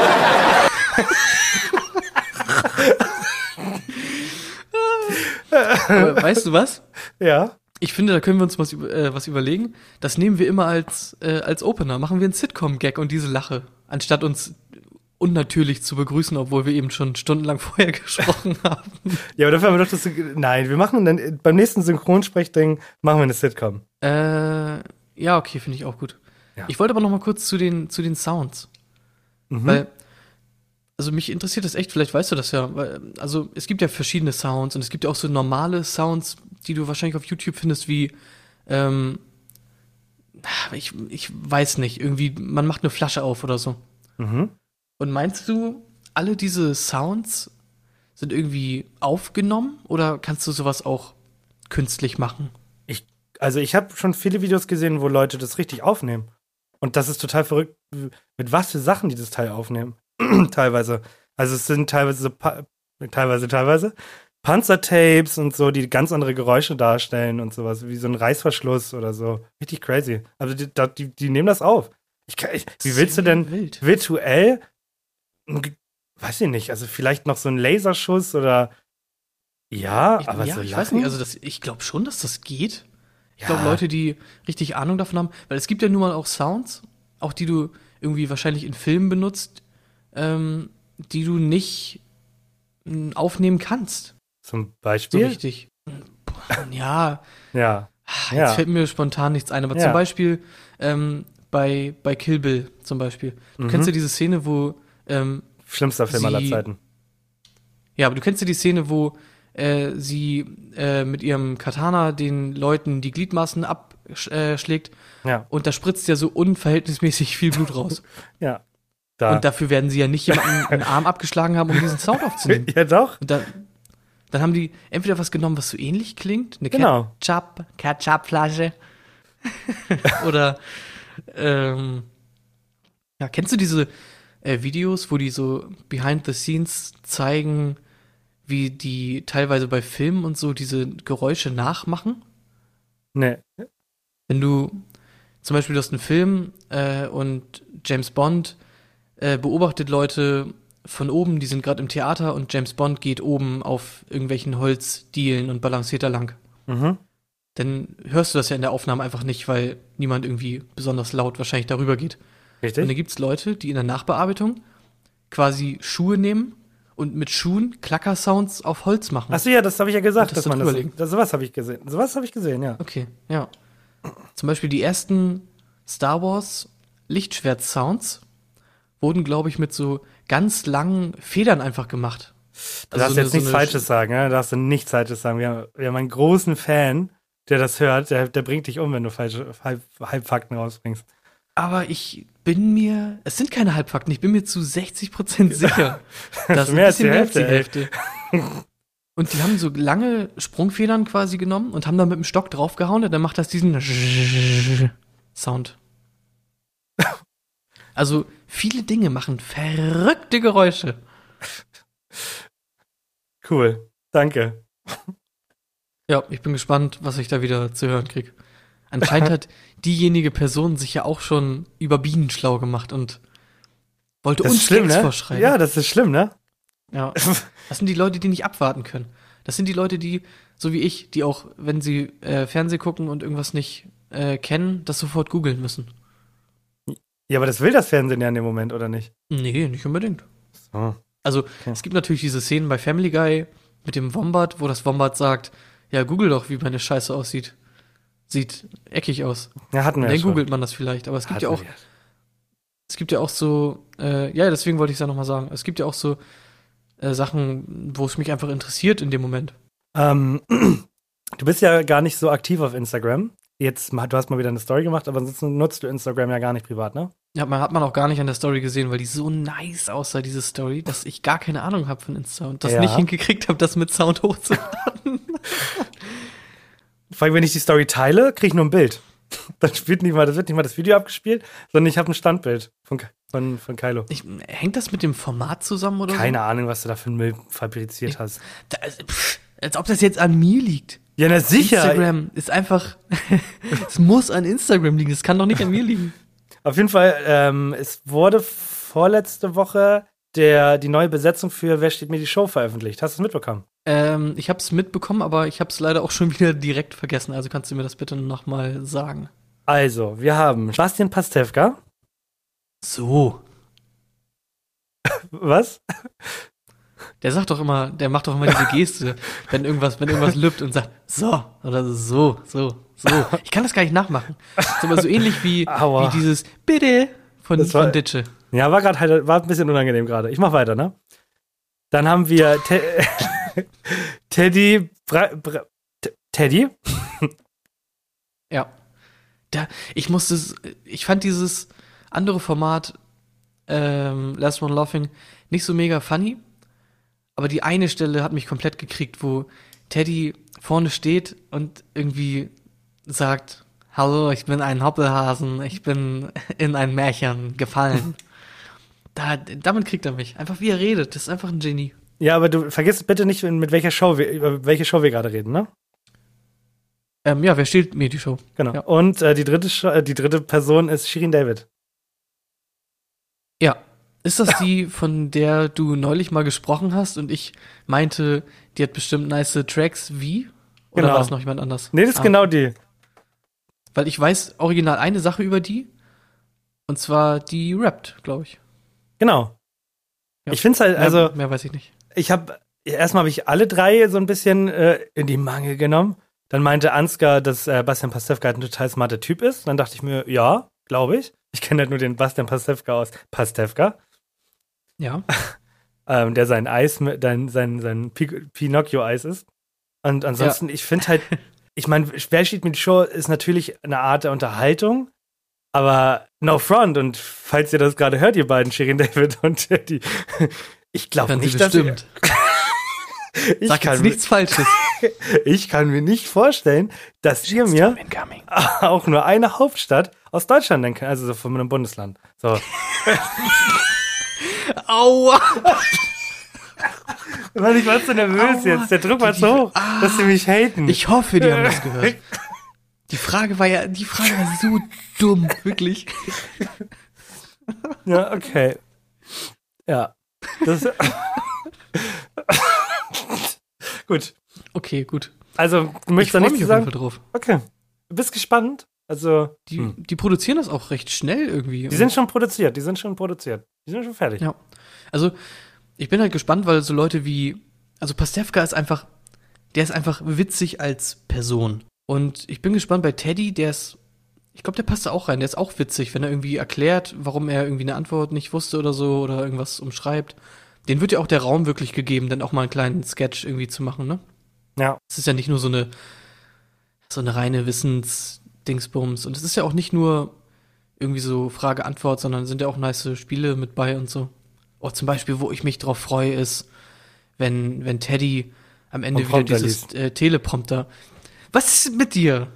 Aber weißt du was? Ja. Ich finde, da können wir uns was überlegen. Das nehmen wir immer als Opener. Machen wir einen Sitcom-Gag und diese Lache. Anstatt uns unnatürlich zu begrüßen, obwohl wir eben schon stundenlang vorher gesprochen haben. Ja, aber dafür haben wir doch das. Nein, wir machen dann beim nächsten Synchronsprechding machen wir eine Sitcom. Ja, okay, finde ich auch gut. Ja. Ich wollte aber noch mal kurz zu den Sounds. Weil, also mich interessiert das echt, vielleicht weißt du das ja, weil, also es gibt ja verschiedene Sounds und es gibt ja auch so normale Sounds, die du wahrscheinlich auf YouTube findest, wie, ich weiß nicht, irgendwie, man macht eine Flasche auf oder so. Mhm. Und meinst du, alle diese Sounds sind irgendwie aufgenommen oder kannst du sowas auch künstlich machen? Ich habe schon viele Videos gesehen, wo Leute das richtig aufnehmen. Und das ist total verrückt, mit was für Sachen die das Teil aufnehmen. Teilweise. Also es sind teilweise so Panzertapes und so, die ganz andere Geräusche darstellen und sowas, wie so ein Reißverschluss oder so. Richtig crazy. Also die nehmen das auf. Wie willst du denn virtuell, weiß ich nicht, also vielleicht noch so ein Laserschuss oder ja, aber so ich weiß nicht, also ich glaube schon, dass das geht. Ich glaube, Leute, die richtig Ahnung davon haben, weil es gibt ja nun mal auch Sounds, auch die du irgendwie wahrscheinlich in Filmen benutzt, die du nicht aufnehmen kannst. Zum Beispiel? So richtig. Ja. Ja. Jetzt fällt mir spontan nichts ein, aber zum Beispiel bei Kill Bill zum Beispiel. Du kennst ja diese Szene, wo schlimmster Film aller Zeiten. Ja, aber du kennst ja die Szene, wo sie mit ihrem Katana den Leuten die Gliedmaßen abschlägt. Ja. Und da spritzt ja so unverhältnismäßig viel Blut raus. Ja. Und dafür werden sie ja nicht jemanden einen Arm abgeschlagen haben, um diesen Sound aufzunehmen. Ja, doch. Und dann haben die entweder was genommen, was so ähnlich klingt, eine Ketchup-Flasche. Oder kennst du diese Videos, wo die so behind the scenes zeigen, wie die teilweise bei Filmen und so diese Geräusche nachmachen? Nee. Wenn du zum Beispiel, du hast einen Film und James Bond beobachtet Leute von oben, die sind gerade im Theater und James Bond geht oben auf irgendwelchen Holzdielen und balanciert da lang. Mhm. Dann hörst du das ja in der Aufnahme einfach nicht, weil niemand irgendwie besonders laut wahrscheinlich darüber geht. Richtig. Und dann gibt's Leute, die in der Nachbearbeitung quasi Schuhe nehmen und mit Schuhen Klackersounds auf Holz machen. Achso, ja, das habe ich ja gesagt, dass man das. Sowas habe ich gesehen. Ja. Okay, ja. Zum Beispiel die ersten Star Wars Lichtschwert-Sounds wurden, glaube ich, mit so ganz langen Federn einfach gemacht. Du darfst jetzt nichts Falsches sagen, ne? Du darfst nichts Falsches sagen. Wir haben einen großen Fan, der das hört, der bringt dich um, wenn du falsche Halbfakten rausbringst. Aber ich bin mir, es sind keine Halbfakten, ich bin mir zu 60% sicher. Das ist mehr ein bisschen mehr als die ey. Hälfte. Und die haben so lange Sprungfedern quasi genommen und haben da mit dem Stock draufgehauen und dann macht das diesen Sound. Also viele Dinge machen verrückte Geräusche. Cool, danke. Ja, ich bin gespannt, was ich da wieder zu hören kriege. Anscheinend hat diejenige Person sich ja auch schon über Bienen schlau gemacht und wollte Das uns ist schlimm, Gags ne? vorschreiben. Ja, das ist schlimm, ne? Ja. Das sind die Leute, die nicht abwarten können. Das sind die Leute, die, so wie ich, die auch, wenn sie Fernsehen gucken und irgendwas nicht kennen, das sofort googeln müssen. Ja, aber das will das Fernsehen ja in dem Moment, oder nicht? Nee, nicht unbedingt. So. Also, es gibt natürlich diese Szenen bei Family Guy mit dem Wombat, wo das Wombat sagt, ja, google doch, wie meine Scheiße aussieht. Sieht eckig aus. Ja, hatten wir Dann ja schon. googelt man das vielleicht. Aber es gibt ja Hatten auch, wir. es gibt ja auch so, ja, deswegen wollte ich es ja nochmal sagen. Es gibt ja auch so Sachen, wo es mich einfach interessiert in dem Moment. Du bist ja gar nicht so aktiv auf Instagram. Jetzt, du hast mal wieder eine Story gemacht, aber ansonsten nutzt du Instagram ja gar nicht privat, ne? Ja, hat man auch gar nicht an der Story gesehen, weil die so nice aussah, diese Story, dass ich gar keine Ahnung habe von Insta und das Ja. nicht hingekriegt habe, das mit Sound hochzuladen. Vor allem, wenn ich die Story teile, kriege ich nur ein Bild. Dann wird nicht mal das Video abgespielt, sondern ich habe ein Standbild von Kylo. Hängt das mit dem Format zusammen oder Keine Ahnung, was du da für einen Müll fabriziert hast. so? Als ob das jetzt an mir liegt. Ja, na sicher. Instagram ist einfach, es muss an Instagram liegen, es kann doch nicht an mir liegen. Auf jeden Fall, es wurde vorletzte Woche die neue Besetzung für Wer steht mir die Show veröffentlicht. Hast du es mitbekommen? Ich habe es mitbekommen, aber ich habe es leider auch schon wieder direkt vergessen. Also kannst du mir das bitte nochmal sagen? Also, wir haben Bastian Pastewka. So. Was? Der sagt doch immer, der macht doch immer diese Geste, wenn irgendwas lübt und sagt, so, oder so. Ich kann das gar nicht nachmachen. Das ist aber so ähnlich wie Aua. dieses Bitte von Ditsche. Ja, war ein bisschen unangenehm gerade. Ich mach weiter, ne? Dann haben wir Teddy. Teddy? Ja. Ich fand dieses andere Format, Last One Laughing, nicht so mega funny. Aber die eine Stelle hat mich komplett gekriegt, wo Teddy vorne steht und irgendwie sagt, hallo, ich bin ein Hoppelhasen, ich bin in ein Märchen gefallen. Damit kriegt er mich. Einfach wie er redet, das ist einfach ein Genie. Ja, aber du vergisst bitte nicht, über welche Show wir gerade reden, ne? Ja, wer stiehlt mir die Show? Genau. Ja. Und die dritte Person ist Shirin David. Ja. Ist das die, von der du neulich mal gesprochen hast und ich meinte, die hat bestimmt nice Tracks wie? Oder Genau. war es noch jemand anders? Nee, das ist genau die. Weil ich weiß original eine Sache über die. Und zwar, die rappt, glaube ich. Genau. Ja. Ich find's halt, also, Mehr weiß ich nicht. erstmal habe ich alle drei so ein bisschen in die Mangel genommen. Dann meinte Ansgar, dass Bastian Pastewka halt ein total smarter Typ ist. Dann dachte ich mir, ja, glaube ich. Ich kenne halt nur den Bastian Pastewka aus Pastewka. Ja. Der sein Eis, sein Pinocchio-Eis ist. Und ansonsten, ich finde halt, ich meine, Wer steht mir die Show ist natürlich eine Art der Unterhaltung, aber no front. Und falls ihr das gerade hört, ihr beiden, Shirin David und Teddy, ich glaube nicht, dass ihr... Sag jetzt nichts Falsches. Ich kann mir nicht vorstellen, dass ihr mir auch nur eine Hauptstadt aus Deutschland nennen könnt, also so von einem Bundesland. So. Aua! Mann, ich war so nervös jetzt. Der Druck war so hoch, dass sie mich haten. Ich hoffe, die haben das gehört. Die Frage war so dumm, wirklich. Ja, okay. Ja. Das gut. Okay, gut. Also, du möchtest da Ich freu nichts mich zu auf jeden sagen? Fall drauf. Okay. Du bist gespannt? Also, Die produzieren das auch recht schnell irgendwie. die sind schon produziert. Die sind schon fertig. Ja. Also, ich bin halt gespannt, weil so Leute wie, also Pastewka ist einfach witzig als Person. Und ich bin gespannt bei Teddy, ich glaube, der passt da auch rein. Der ist auch witzig, wenn er irgendwie erklärt, warum er irgendwie eine Antwort nicht wusste oder so oder irgendwas umschreibt. Den wird ja auch der Raum wirklich gegeben, dann auch mal einen kleinen Sketch irgendwie zu machen, ne? Ja. Es ist ja nicht nur so eine reine Wissensdingsbums. Und es ist ja auch nicht nur irgendwie so Frage-Antwort, sondern sind ja auch nice Spiele mit bei und so. Oh, zum Beispiel, wo ich mich drauf freue, ist, wenn Teddy am Ende wieder Prompter dieses Teleprompter. Was ist mit dir?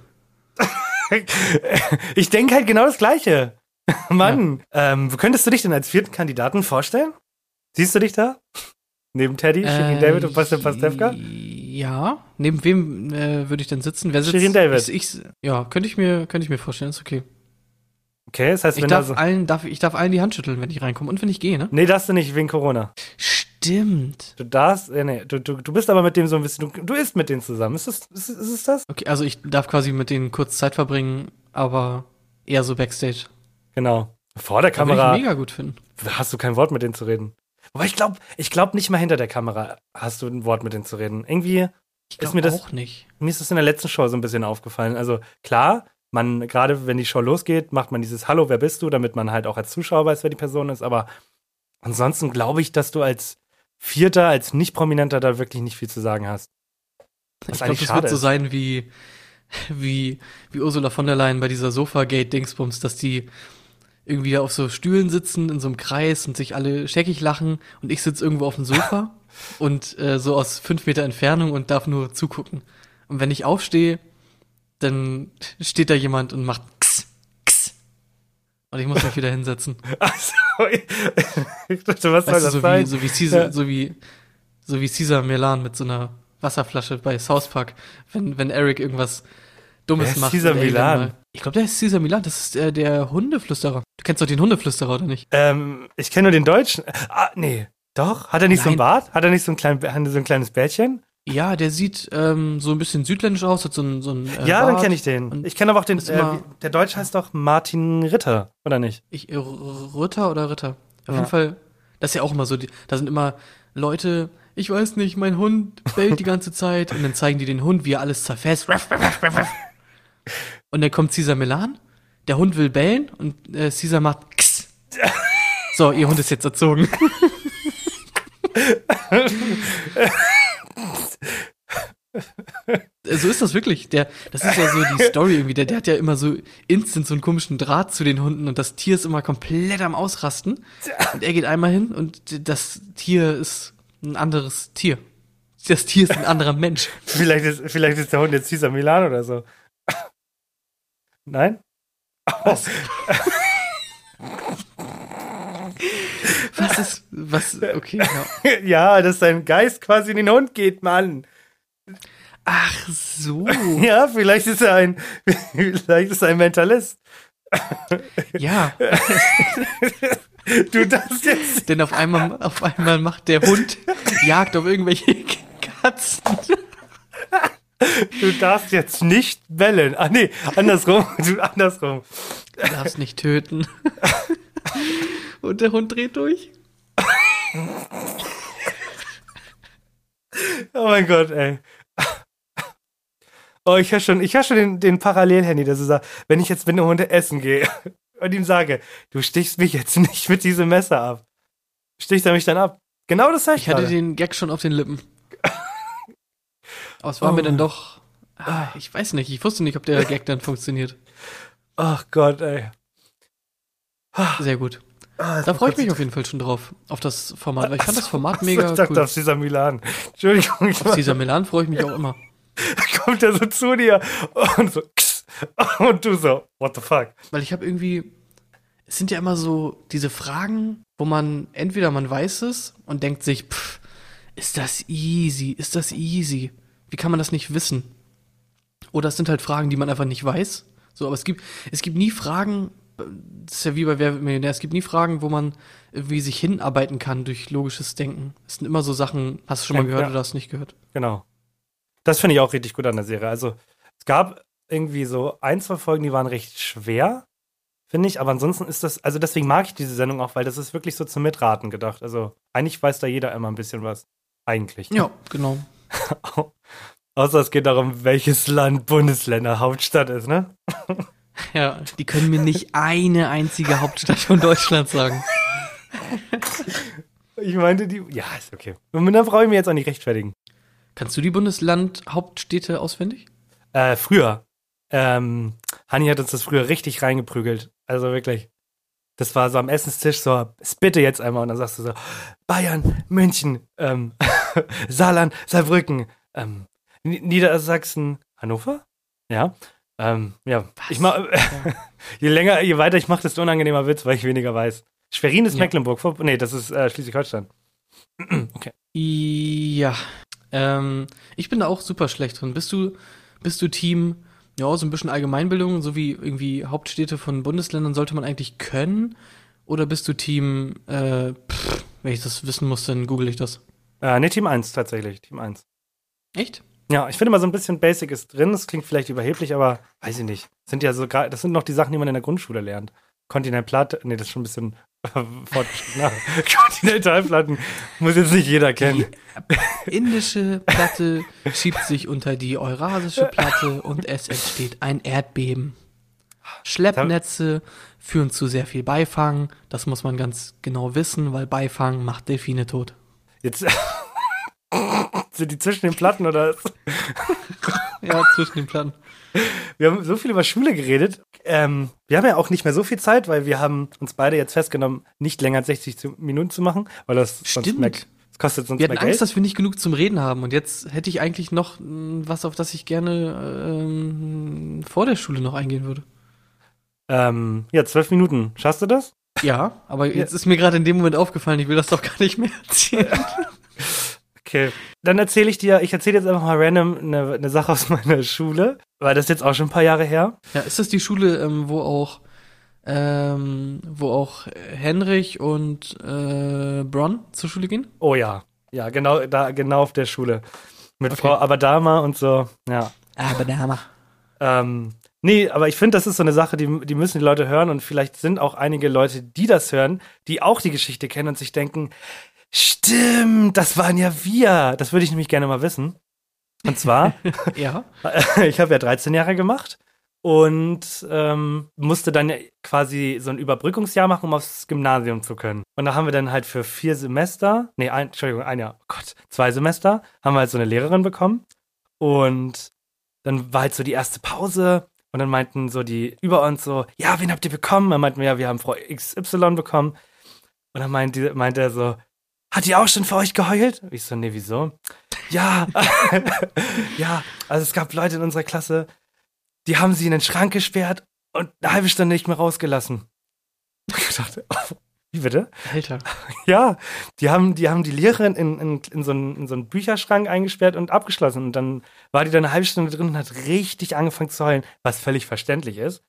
Ich denke halt genau das Gleiche. Mann, könntest du dich denn als vierten Kandidaten vorstellen? Siehst du dich da? Neben Teddy, Shirin David und Bastian Pastewka? Ja. Neben wem würde ich denn sitzen? Wer sitzt? Shirin David. Ja, könnte ich mir vorstellen, ist okay. Okay, das heißt, Ich darf allen die Hand schütteln, wenn ich reinkomme und wenn ich gehe, ne? Nee, darfst du nicht, wegen Corona. Stimmt. Du darfst, du bist aber mit dem so ein bisschen, du isst mit denen zusammen. Ist es das? Okay, also ich darf quasi mit denen kurz Zeit verbringen, aber eher so Backstage. Genau. Vor der Würde Kamera ich mega gut finden. hast du kein Wort mit denen zu reden. Aber ich glaube nicht mal hinter der Kamera hast du ein Wort mit denen zu reden. Irgendwie Ich ist mir glaube das, auch nicht. mir ist das in der letzten Show so ein bisschen aufgefallen. Also klar, gerade wenn die Show losgeht, macht man dieses Hallo, wer bist du, damit man halt auch als Zuschauer weiß, wer die Person ist. Aber ansonsten glaube ich, dass du als Vierter, als Nicht-Prominenter da wirklich nicht viel zu sagen hast. Ich glaube, das wird so sein wie Ursula von der Leyen bei dieser Sofa-Gate-Dingsbums, dass die irgendwie auf so Stühlen sitzen in so einem Kreis und sich alle scheckig lachen und ich sitze irgendwo auf dem Sofa und so aus 5 Meter Entfernung und darf nur zugucken. Und wenn ich aufstehe, dann steht da jemand und macht X, X. Und ich muss mich wieder hinsetzen. Ach so, ich dachte, was soll Weißt das du, sein? so wie Cesar Milan mit so einer Wasserflasche bei South Park, wenn Eric irgendwas Dummes Wer ist macht. Cesar und er ihn Milan? dann mal- Ich glaube, der ist Cesar Milan. Das ist der Hundeflüsterer. Du kennst doch den Hundeflüsterer, oder nicht? Ich kenne nur den Deutschen. Nee, doch? Hat er nicht so ein Nein. Bart? Hat er nicht so ein kleines Bärtchen? Ja, der sieht so ein bisschen südländisch aus, hat so ein Ja, dann Bart. kenne ich den. Und Ich kenne aber auch den, ist immer- der Deutsche heißt doch Martin Ritter, oder nicht? Ritter oder Ritter? Auf Ja. jeden Fall, das ist ja auch immer so, da sind immer Leute, ich weiß nicht, mein Hund bellt die ganze Zeit und dann zeigen die den Hund, wie er alles zerfetzt. Ruff, ruff, ruff, ruff, ruff. Und dann kommt Cesar Milan, der Hund will bellen und Cesar macht X. So, ihr Hund ist jetzt erzogen. So ist das wirklich. Das ist ja so die Story irgendwie. Der hat ja immer so instant so einen komischen Draht zu den Hunden und das Tier ist immer komplett am Ausrasten. Und er geht einmal hin und das Tier ist ein anderes Tier. Das Tier ist ein anderer Mensch. Vielleicht ist der Hund jetzt Cesar Milan oder so. Nein? Was? Okay, ja. Ja, dass sein Geist quasi in den Hund geht, Mann. Ach so. Ja, vielleicht ist er ein Mentalist. Ja, Du darfst jetzt. denn auf einmal macht der Hund Jagd auf irgendwelche Katzen. Du darfst jetzt nicht bellen. Ah, nee, andersrum. Andersrum. Du darfst nicht töten. Und der Hund dreht durch. Oh mein Gott, ey. Oh, ich höre schon den Parallelhandy, der so sagt, wenn ich jetzt mit einem Hund essen gehe und ihm sage, du stichst mich jetzt nicht mit diesem Messer ab. Sticht er mich dann ab? Genau das sag ich Ich hatte gerade. den Gag schon auf den Lippen. Aber es war mir dann doch. Ich weiß nicht, ich wusste nicht, ob der Gag dann funktioniert. Ach Gott, ey. Sehr gut. Ah, Da freue ich mich auf jeden Fall schon drauf, auf das Format, weil ich fand das Format mega Ich dachte cool. auf Cesar Milan. Entschuldigung. Auf Cesar Milan freue ich mich auch immer. Kommt er so zu dir und so, und du so, what the fuck? Weil ich habe irgendwie, es sind ja immer so diese Fragen, wo man weiß es und denkt sich, ist das easy, Wie kann man das nicht wissen? Oder es sind halt Fragen, die man einfach nicht weiß. So, aber es gibt nie Fragen, das ist ja wie bei Wer wird Millionär, es gibt nie Fragen, wo man irgendwie sich hinarbeiten kann durch logisches Denken. Es sind immer so Sachen, hast du schon mal gehört oder hast du nicht gehört? Genau. Das finde ich auch richtig gut an der Serie. Also, es gab irgendwie so 1, 2 Folgen, die waren recht schwer, finde ich. Aber ansonsten ist das, also deswegen mag ich diese Sendung auch, weil das ist wirklich so zum Mitraten gedacht. Also, eigentlich weiß da jeder immer ein bisschen was. Eigentlich. Ja, genau. Außer es geht darum, welches Land Bundesländer Hauptstadt ist, ne? Ja, die können mir nicht eine einzige Hauptstadt von Deutschland sagen. Ich meinte ja, ist okay. Und da brauche ich mir jetzt auch nicht rechtfertigen. Kannst du die Bundesland-Hauptstädte auswendig? Früher. Hanni hat uns das früher richtig reingeprügelt. Also wirklich. Das war so am Essenstisch so, bitte jetzt einmal. Und dann sagst du so, Bayern, München, Saarland, Saarbrücken, Niedersachsen, Hannover? Ja. Ja. Ich mach, je weiter ich mache, desto unangenehmer wird's, weil ich weniger weiß. Schwerin ist Mecklenburg. Nee, das ist Schleswig-Holstein. Okay. Ja. Ich bin da auch super schlecht drin. Bist du Team, ja, so ein bisschen Allgemeinbildung, so wie irgendwie Hauptstädte von Bundesländern sollte man eigentlich können? Oder bist du Team, wenn ich das wissen muss, dann google ich das. Nee, Team 1 tatsächlich. Team 1. Echt? Ja, ich finde mal so ein bisschen Basic ist drin. Das klingt vielleicht überheblich, aber weiß ich nicht. Das sind noch die Sachen, die man in der Grundschule lernt. Kontinentalplatte, nee, das ist schon ein bisschen fortgeschritten. Kontinentalplatten muss jetzt nicht jeder kennen. Die indische Platte schiebt sich unter die eurasische Platte und es entsteht ein Erdbeben. Schleppnetze führen zu sehr viel Beifang. Das muss man ganz genau wissen, weil Beifang macht Delfine tot. Jetzt sind die zwischen den Platten oder? Ja, zwischen den Platten. Wir haben so viel über Schule geredet. Wir haben ja auch nicht mehr so viel Zeit, weil wir haben uns beide jetzt festgenommen, nicht länger als 60 Minuten zu machen, weil das sonst das kostet sonst wir mehr hatten Geld. Angst, dass wir nicht genug zum Reden haben. Und jetzt hätte ich eigentlich noch was, auf das ich gerne vor der Schule noch eingehen würde. Ja, 12 Minuten. Schaffst du das? Ja, aber jetzt ist mir gerade in dem Moment aufgefallen, ich will das doch gar nicht mehr erzählen. Okay, dann erzähle ich jetzt einfach mal random eine Sache aus meiner Schule, weil das ist jetzt auch schon ein paar Jahre her. Ja, ist das die Schule, wo auch Henrich und Bronn zur Schule gehen? Oh ja, ja, genau auf der Schule. Mit Frau Abadama und so, ja. Abadama. Nee, aber ich finde, das ist so eine Sache, die müssen die Leute hören und vielleicht sind auch einige Leute, die das hören, die auch die Geschichte kennen und sich denken, stimmt, das waren ja wir. Das würde ich nämlich gerne mal wissen. Und zwar, ja. Ich habe ja 13 Jahre gemacht und musste dann ja quasi so ein Überbrückungsjahr machen, um aufs Gymnasium zu können. Und da haben wir dann halt für 4 Semester, ein Jahr, oh Gott, 2 Semester, haben wir halt so eine Lehrerin bekommen. Und dann war halt so die erste Pause und dann meinten so die über uns so, ja, wen habt ihr bekommen? Dann meinten wir, ja, wir haben Frau XY bekommen. Und dann meinte er so, hat die auch schon für euch geheult? Ich so, nee, wieso? Ja, ja, also es gab Leute in unserer Klasse, die haben sie in den Schrank gesperrt und eine halbe Stunde nicht mehr rausgelassen. Ich dachte, oh, wie bitte? Alter. Ja, die haben die Lehrerin in so einen Bücherschrank eingesperrt und abgeschlossen. Und dann war die da eine halbe Stunde drin und hat richtig angefangen zu heulen, was völlig verständlich ist.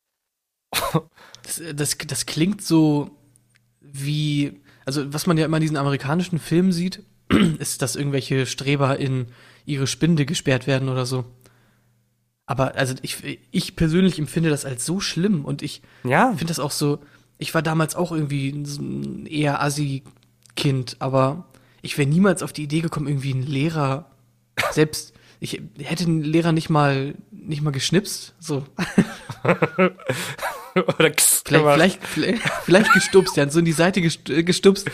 Das klingt so wie, also was man ja immer in diesen amerikanischen Filmen sieht, ist, dass irgendwelche Streber in ihre Spinde gesperrt werden oder so. Aber also ich persönlich empfinde das als so schlimm und ich finde das auch so, ich war damals auch irgendwie ein eher Assi-Kind, aber ich wäre niemals auf die Idee gekommen, irgendwie einen Lehrer, selbst, ich hätte den Lehrer nicht mal geschnipst, so. Oder vielleicht gestupst, ja, so in die Seite gestupst.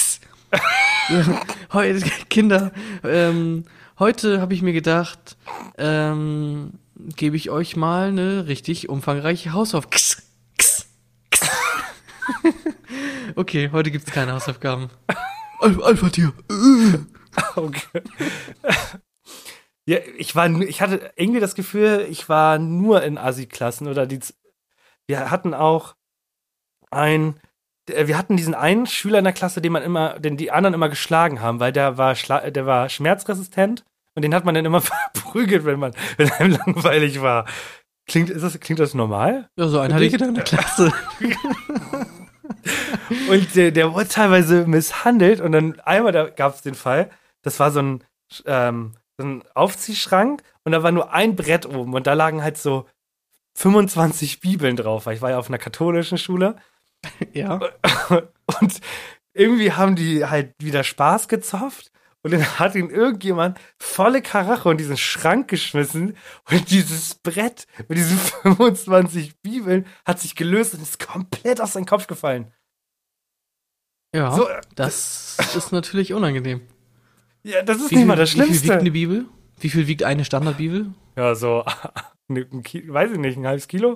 Heute, Kinder, heute habe ich mir gedacht, gebe ich euch mal eine richtig umfangreiche Hausaufgabe. Okay, heute gibt's keine Hausaufgaben. Alpha-Tier. Okay. Ja, ich hatte irgendwie das Gefühl, ich war nur in Assi-Klassen oder wir hatten diesen einen Schüler in der Klasse, den die anderen immer geschlagen haben, weil der war schmerzresistent und den hat man dann immer verprügelt, wenn einem langweilig war. Klingt das normal? Ja, so einen hatte ich in der Klasse. Und der wurde teilweise misshandelt und dann einmal, da gab es den Fall, das war so ein Aufziehschrank und da war nur ein Brett oben und da lagen halt so 25 Bibeln drauf, weil ich war ja auf einer katholischen Schule. Ja. Und irgendwie haben die halt wieder Spaß gezopft Und dann hat ihn irgendjemand volle Karache in diesen Schrank geschmissen und dieses Brett mit diesen 25 Bibeln hat sich gelöst und ist komplett aus seinem Kopf gefallen. Ja, So, das ist natürlich unangenehm. Ja, das ist nicht mal das Wie viel wiegt Schlimmste. eine Bibel? Wie viel wiegt eine Standardbibel? Ja, so, weiß ich nicht, ein halbes Kilo?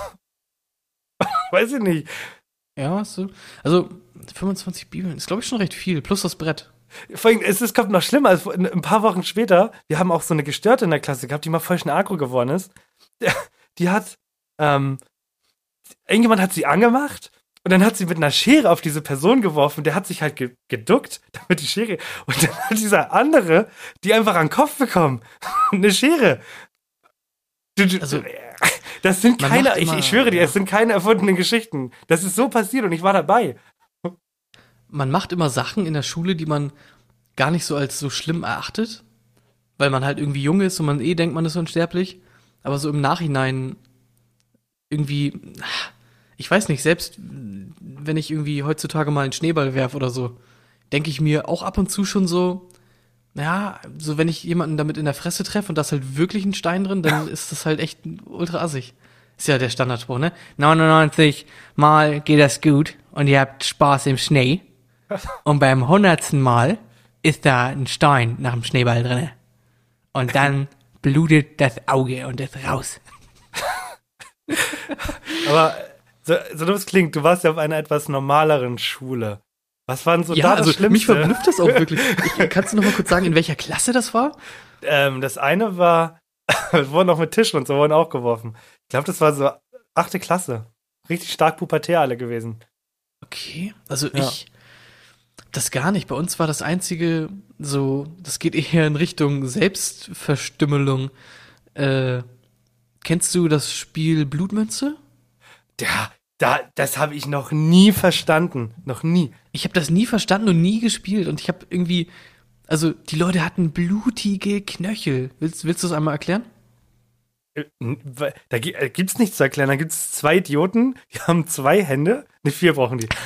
Weiß ich nicht. Ja, so. Also 25 Bibeln ist, glaube ich, schon recht viel. Plus das Brett. Vor allem, es kommt noch schlimmer. Also ein paar Wochen später, wir haben auch so eine Gestörte in der Klasse gehabt, die mal voll schnell aggro geworden ist. Die hat, irgendjemand hat sie angemacht und dann hat sie mit einer Schere auf diese Person geworfen. Der hat sich halt geduckt, damit die Schere. Und dann hat dieser andere die einfach an den Kopf bekommen. Eine Schere. Also, das sind man keine, macht immer- ich schwöre dir, es sind keine erfundenen Geschichten. Das ist so passiert und ich war dabei. Man macht immer Sachen in der Schule, die man gar nicht so als so schlimm erachtet, weil man halt irgendwie jung ist und man denkt, man ist unsterblich. Aber so im Nachhinein irgendwie, ich weiß nicht, selbst wenn ich irgendwie heutzutage mal einen Schneeball werfe oder so, denke ich mir auch ab und zu schon so, ja, so wenn ich jemanden damit in der Fresse treffe und da ist halt wirklich ein Stein drin, dann ist das halt echt ultra assig. Ist ja der Standardspruch, ne? 99 Mal geht das gut und ihr habt Spaß im Schnee. Und beim 100. Mal ist da ein Stein nach dem Schneeball drin. Und dann blutet das Auge und ist raus. Aber so dumm es klingt, du warst ja auf einer etwas normaleren Schule. Was war denn so Ja, da das also Schlimmste? mich verblüfft das auch wirklich. Kannst du noch mal kurz sagen, in welcher Klasse das war? Das eine war, wir wurden auch mit Tischen und so wurden auch geworfen. Ich glaube, das war so 8. Klasse. Richtig stark pubertär alle gewesen. Okay, also Ja. das gar nicht. Bei uns war das einzige so, das geht eher in Richtung Selbstverstümmelung. Kennst du das Spiel Blutmünze? Das habe ich noch nie verstanden. Noch nie. Ich habe das nie verstanden und nie gespielt und ich habe irgendwie, also die Leute hatten blutige Knöchel. Willst du es einmal erklären? Da gibt's nichts zu erklären. Da gibt's 2 Idioten, die haben 2 Hände. Ne, 4 brauchen die.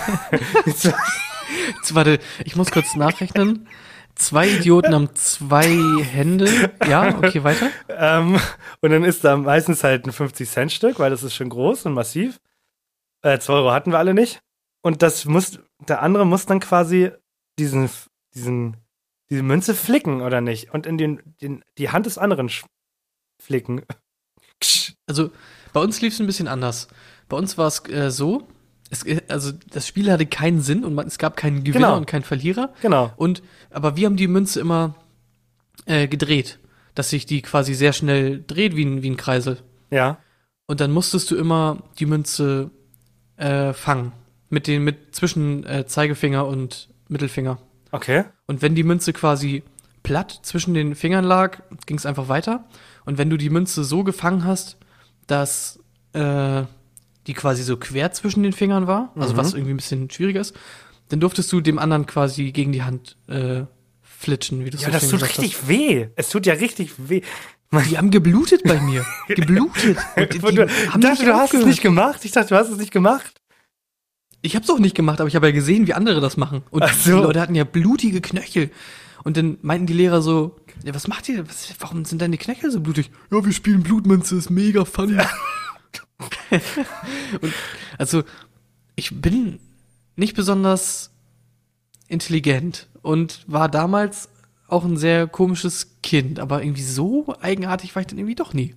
Jetzt, warte, ich muss kurz nachrechnen. 2 Idioten haben 2 Hände. Ja, okay, weiter. Und dann ist da meistens halt ein 50-Cent-Stück, weil das ist schon groß und massiv. 2 Euro hatten wir alle nicht. Und der andere muss dann quasi diese Münze flicken, oder nicht? Und in die Hand des anderen flicken. Also bei uns lief es ein bisschen anders. Bei uns war es so, also das Spiel hatte keinen Sinn und es gab keinen Gewinner Genau. und keinen Verlierer. Genau. Aber wir haben die Münze immer gedreht, dass sich die quasi sehr schnell dreht wie ein Kreisel. Ja. Und dann musstest du immer die Münze fangen mit zwischen Zeigefinger und Mittelfinger. Okay. Und wenn die Münze quasi platt zwischen den Fingern lag, ging es einfach weiter. Und wenn du die Münze so gefangen hast, dass die quasi so quer zwischen den Fingern war, also was irgendwie ein bisschen schwieriger ist, dann durftest du dem anderen quasi gegen die Hand flitschen, wie du Ja, so das schön tut gesagt richtig weh. Es tut ja richtig weh. hast. Die haben geblutet bei mir. Geblutet. Und die Du haben dachte, nicht du hast es aufgehört. nicht gemacht? Ich dachte, du hast es nicht gemacht. Ich hab's auch nicht gemacht, aber ich habe ja gesehen, wie andere das machen. Und Ach so. die Leute hatten ja blutige Knöchel. Und dann meinten die Lehrer so, ja, was macht ihr? Warum sind denn die Knöchel so blutig? Ja, wir spielen Blutmünze, ist mega funny. Und also, ich bin nicht besonders intelligent und war damals auch ein sehr komisches Kind, aber irgendwie so eigenartig war ich dann irgendwie doch nie.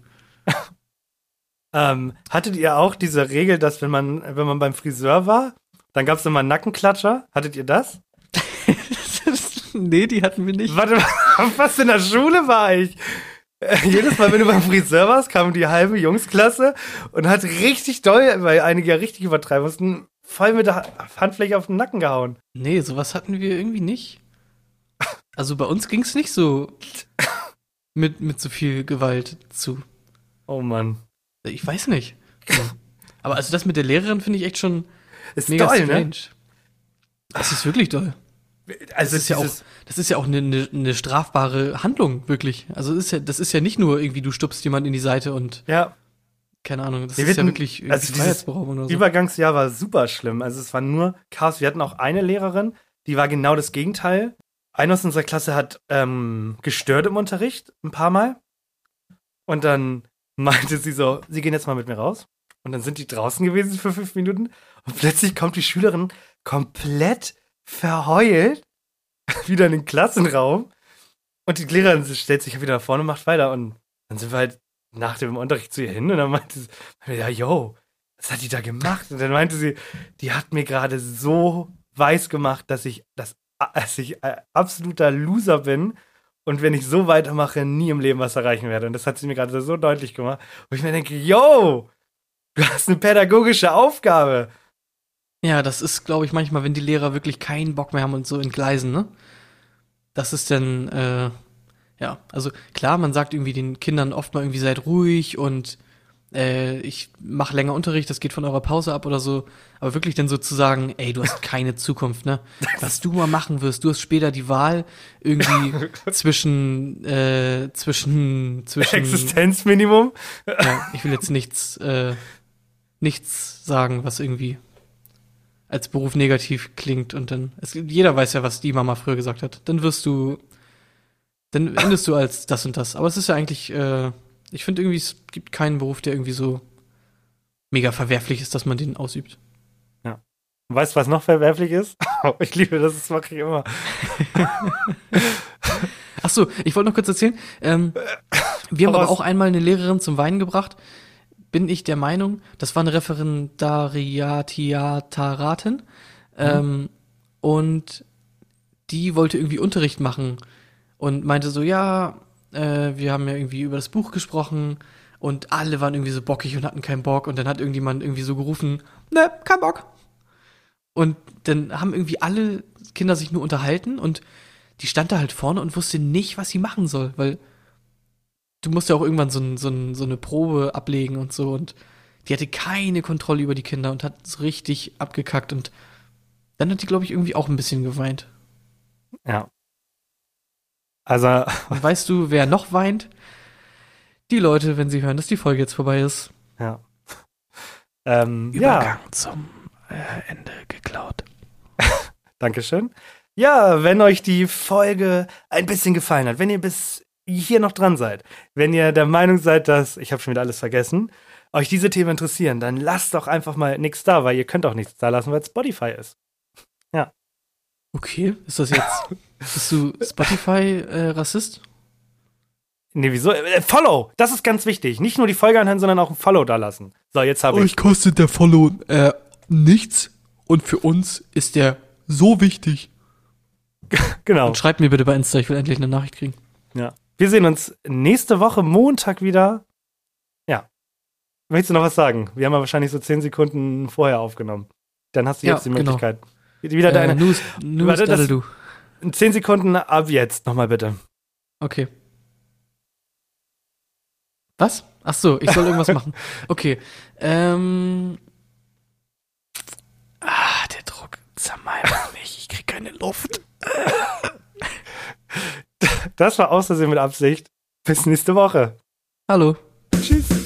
Hattet ihr auch diese Regel, dass wenn man beim Friseur war, dann gab es immer einen Nackenklatscher? Hattet ihr das? Nee, die hatten wir nicht. Warte mal, was in der Schule war ich? Jedes Mal, wenn du beim Friseur warst, kam die halbe Jungsklasse und hat richtig doll, weil einige ja richtig übertreiben mussten, voll mit der Handfläche auf den Nacken gehauen. Nee, sowas hatten wir irgendwie nicht. Also bei uns ging's nicht so mit so viel Gewalt zu. Oh Mann. Ich weiß nicht. Aber also das mit der Lehrerin finde ich echt schon Ist mega doll, strange. ne? Das ist wirklich doll. Also Das ist ja auch eine strafbare Handlung, wirklich. Also das ist ja nicht nur irgendwie, du stupst jemanden in die Seite und ja, keine Ahnung, das Wir ist ja hatten- wirklich irgendwie also dieses Freiheitsberaubung oder so. Übergangsjahr war super schlimm. Also es war nur Chaos. Wir hatten auch eine Lehrerin, die war genau das Gegenteil. einer aus unserer Klasse hat gestört im Unterricht ein paar Mal. Und dann meinte sie so, sie gehen jetzt mal mit mir raus. Und dann sind die draußen gewesen für 5 Minuten. Und plötzlich kommt die Schülerin komplett verheult wieder in den Klassenraum. Und die Lehrerin stellt sich wieder nach vorne und macht weiter. Und dann sind wir halt nach dem Unterricht zu ihr hin. Und dann meinte sie, ja, yo, was hat die da gemacht? Und dann meinte sie, die hat mir gerade so weiß gemacht, dass ich absoluter Loser bin. Und wenn ich so weitermache, nie im Leben was erreichen werde. Und das hat sie mir gerade so deutlich gemacht. Wo ich mir denke, yo, du hast eine pädagogische Aufgabe. Ja, das ist, glaube ich, manchmal, wenn die Lehrer wirklich keinen Bock mehr haben und so entgleisen, ne? Das ist dann, ja, also klar, man sagt irgendwie den Kindern oft mal irgendwie, seid ruhig und ich mache länger Unterricht, das geht von eurer Pause ab oder so. Aber wirklich dann so zu sagen, ey, du hast keine Zukunft, ne? Was du mal machen wirst, du hast später die Wahl irgendwie zwischen Existenzminimum. Ja, ich will jetzt nichts sagen, was irgendwie als Beruf negativ klingt und dann, jeder weiß ja, was die Mama früher gesagt hat. Dann endest du als das und das. Aber es ist ja eigentlich, ich finde irgendwie, es gibt keinen Beruf, der irgendwie so mega verwerflich ist, dass man den ausübt. Ja. Weißt du, was noch verwerflich ist? Ich liebe das mache ich immer. Ach so, ich wollte noch kurz erzählen. Wir haben aber auch einmal eine Lehrerin zum Weinen gebracht. Bin ich der Meinung, das war eine Referendariataratin, und die wollte irgendwie Unterricht machen und meinte so, ja, wir haben ja irgendwie über das Buch gesprochen und alle waren irgendwie so bockig und hatten keinen Bock und dann hat irgendjemand irgendwie so gerufen, ne, kein Bock. Und dann haben irgendwie alle Kinder sich nur unterhalten und die stand da halt vorne und wusste nicht, was sie machen soll, weil du musst ja auch irgendwann so eine Probe ablegen und so und die hatte keine Kontrolle über die Kinder und hat so richtig abgekackt und dann hat die, glaube ich, irgendwie auch ein bisschen geweint. Ja. Also. Und weißt du, wer noch weint? Die Leute, wenn sie hören, dass die Folge jetzt vorbei ist. Ja. Übergang zum Ende geklaut. Dankeschön. Ja, wenn euch die Folge ein bisschen gefallen hat, wenn ihr bis hier noch dran seid, wenn ihr der Meinung seid, dass, ich habe schon wieder alles vergessen, euch diese Themen interessieren, dann lasst doch einfach mal nichts da, weil ihr könnt auch nichts da lassen, weil es Spotify ist. Ja. Okay, ist das jetzt, bist du Spotify-Rassist? Nee, wieso? Follow, das ist ganz wichtig. Nicht nur die Folge anhören, sondern auch ein Follow da lassen. So, jetzt habe ich. Euch kostet der Follow nichts und für uns ist der so wichtig. Genau. Und schreibt mir bitte bei Insta, ich will endlich eine Nachricht kriegen. Ja. Wir sehen uns nächste Woche Montag wieder. Ja. Möchtest du noch was sagen? Wir haben ja wahrscheinlich so 10 Sekunden vorher aufgenommen. Dann hast du jetzt die Möglichkeit. Genau. Wieder deine. News, 10 Sekunden ab jetzt. Nochmal bitte. Okay. Was? Ach so, ich soll irgendwas machen. Okay. Der Druck zermalmt mich. Ich krieg keine Luft. Das war aus Versehen mit Absicht. Bis nächste Woche. Hallo. Tschüss.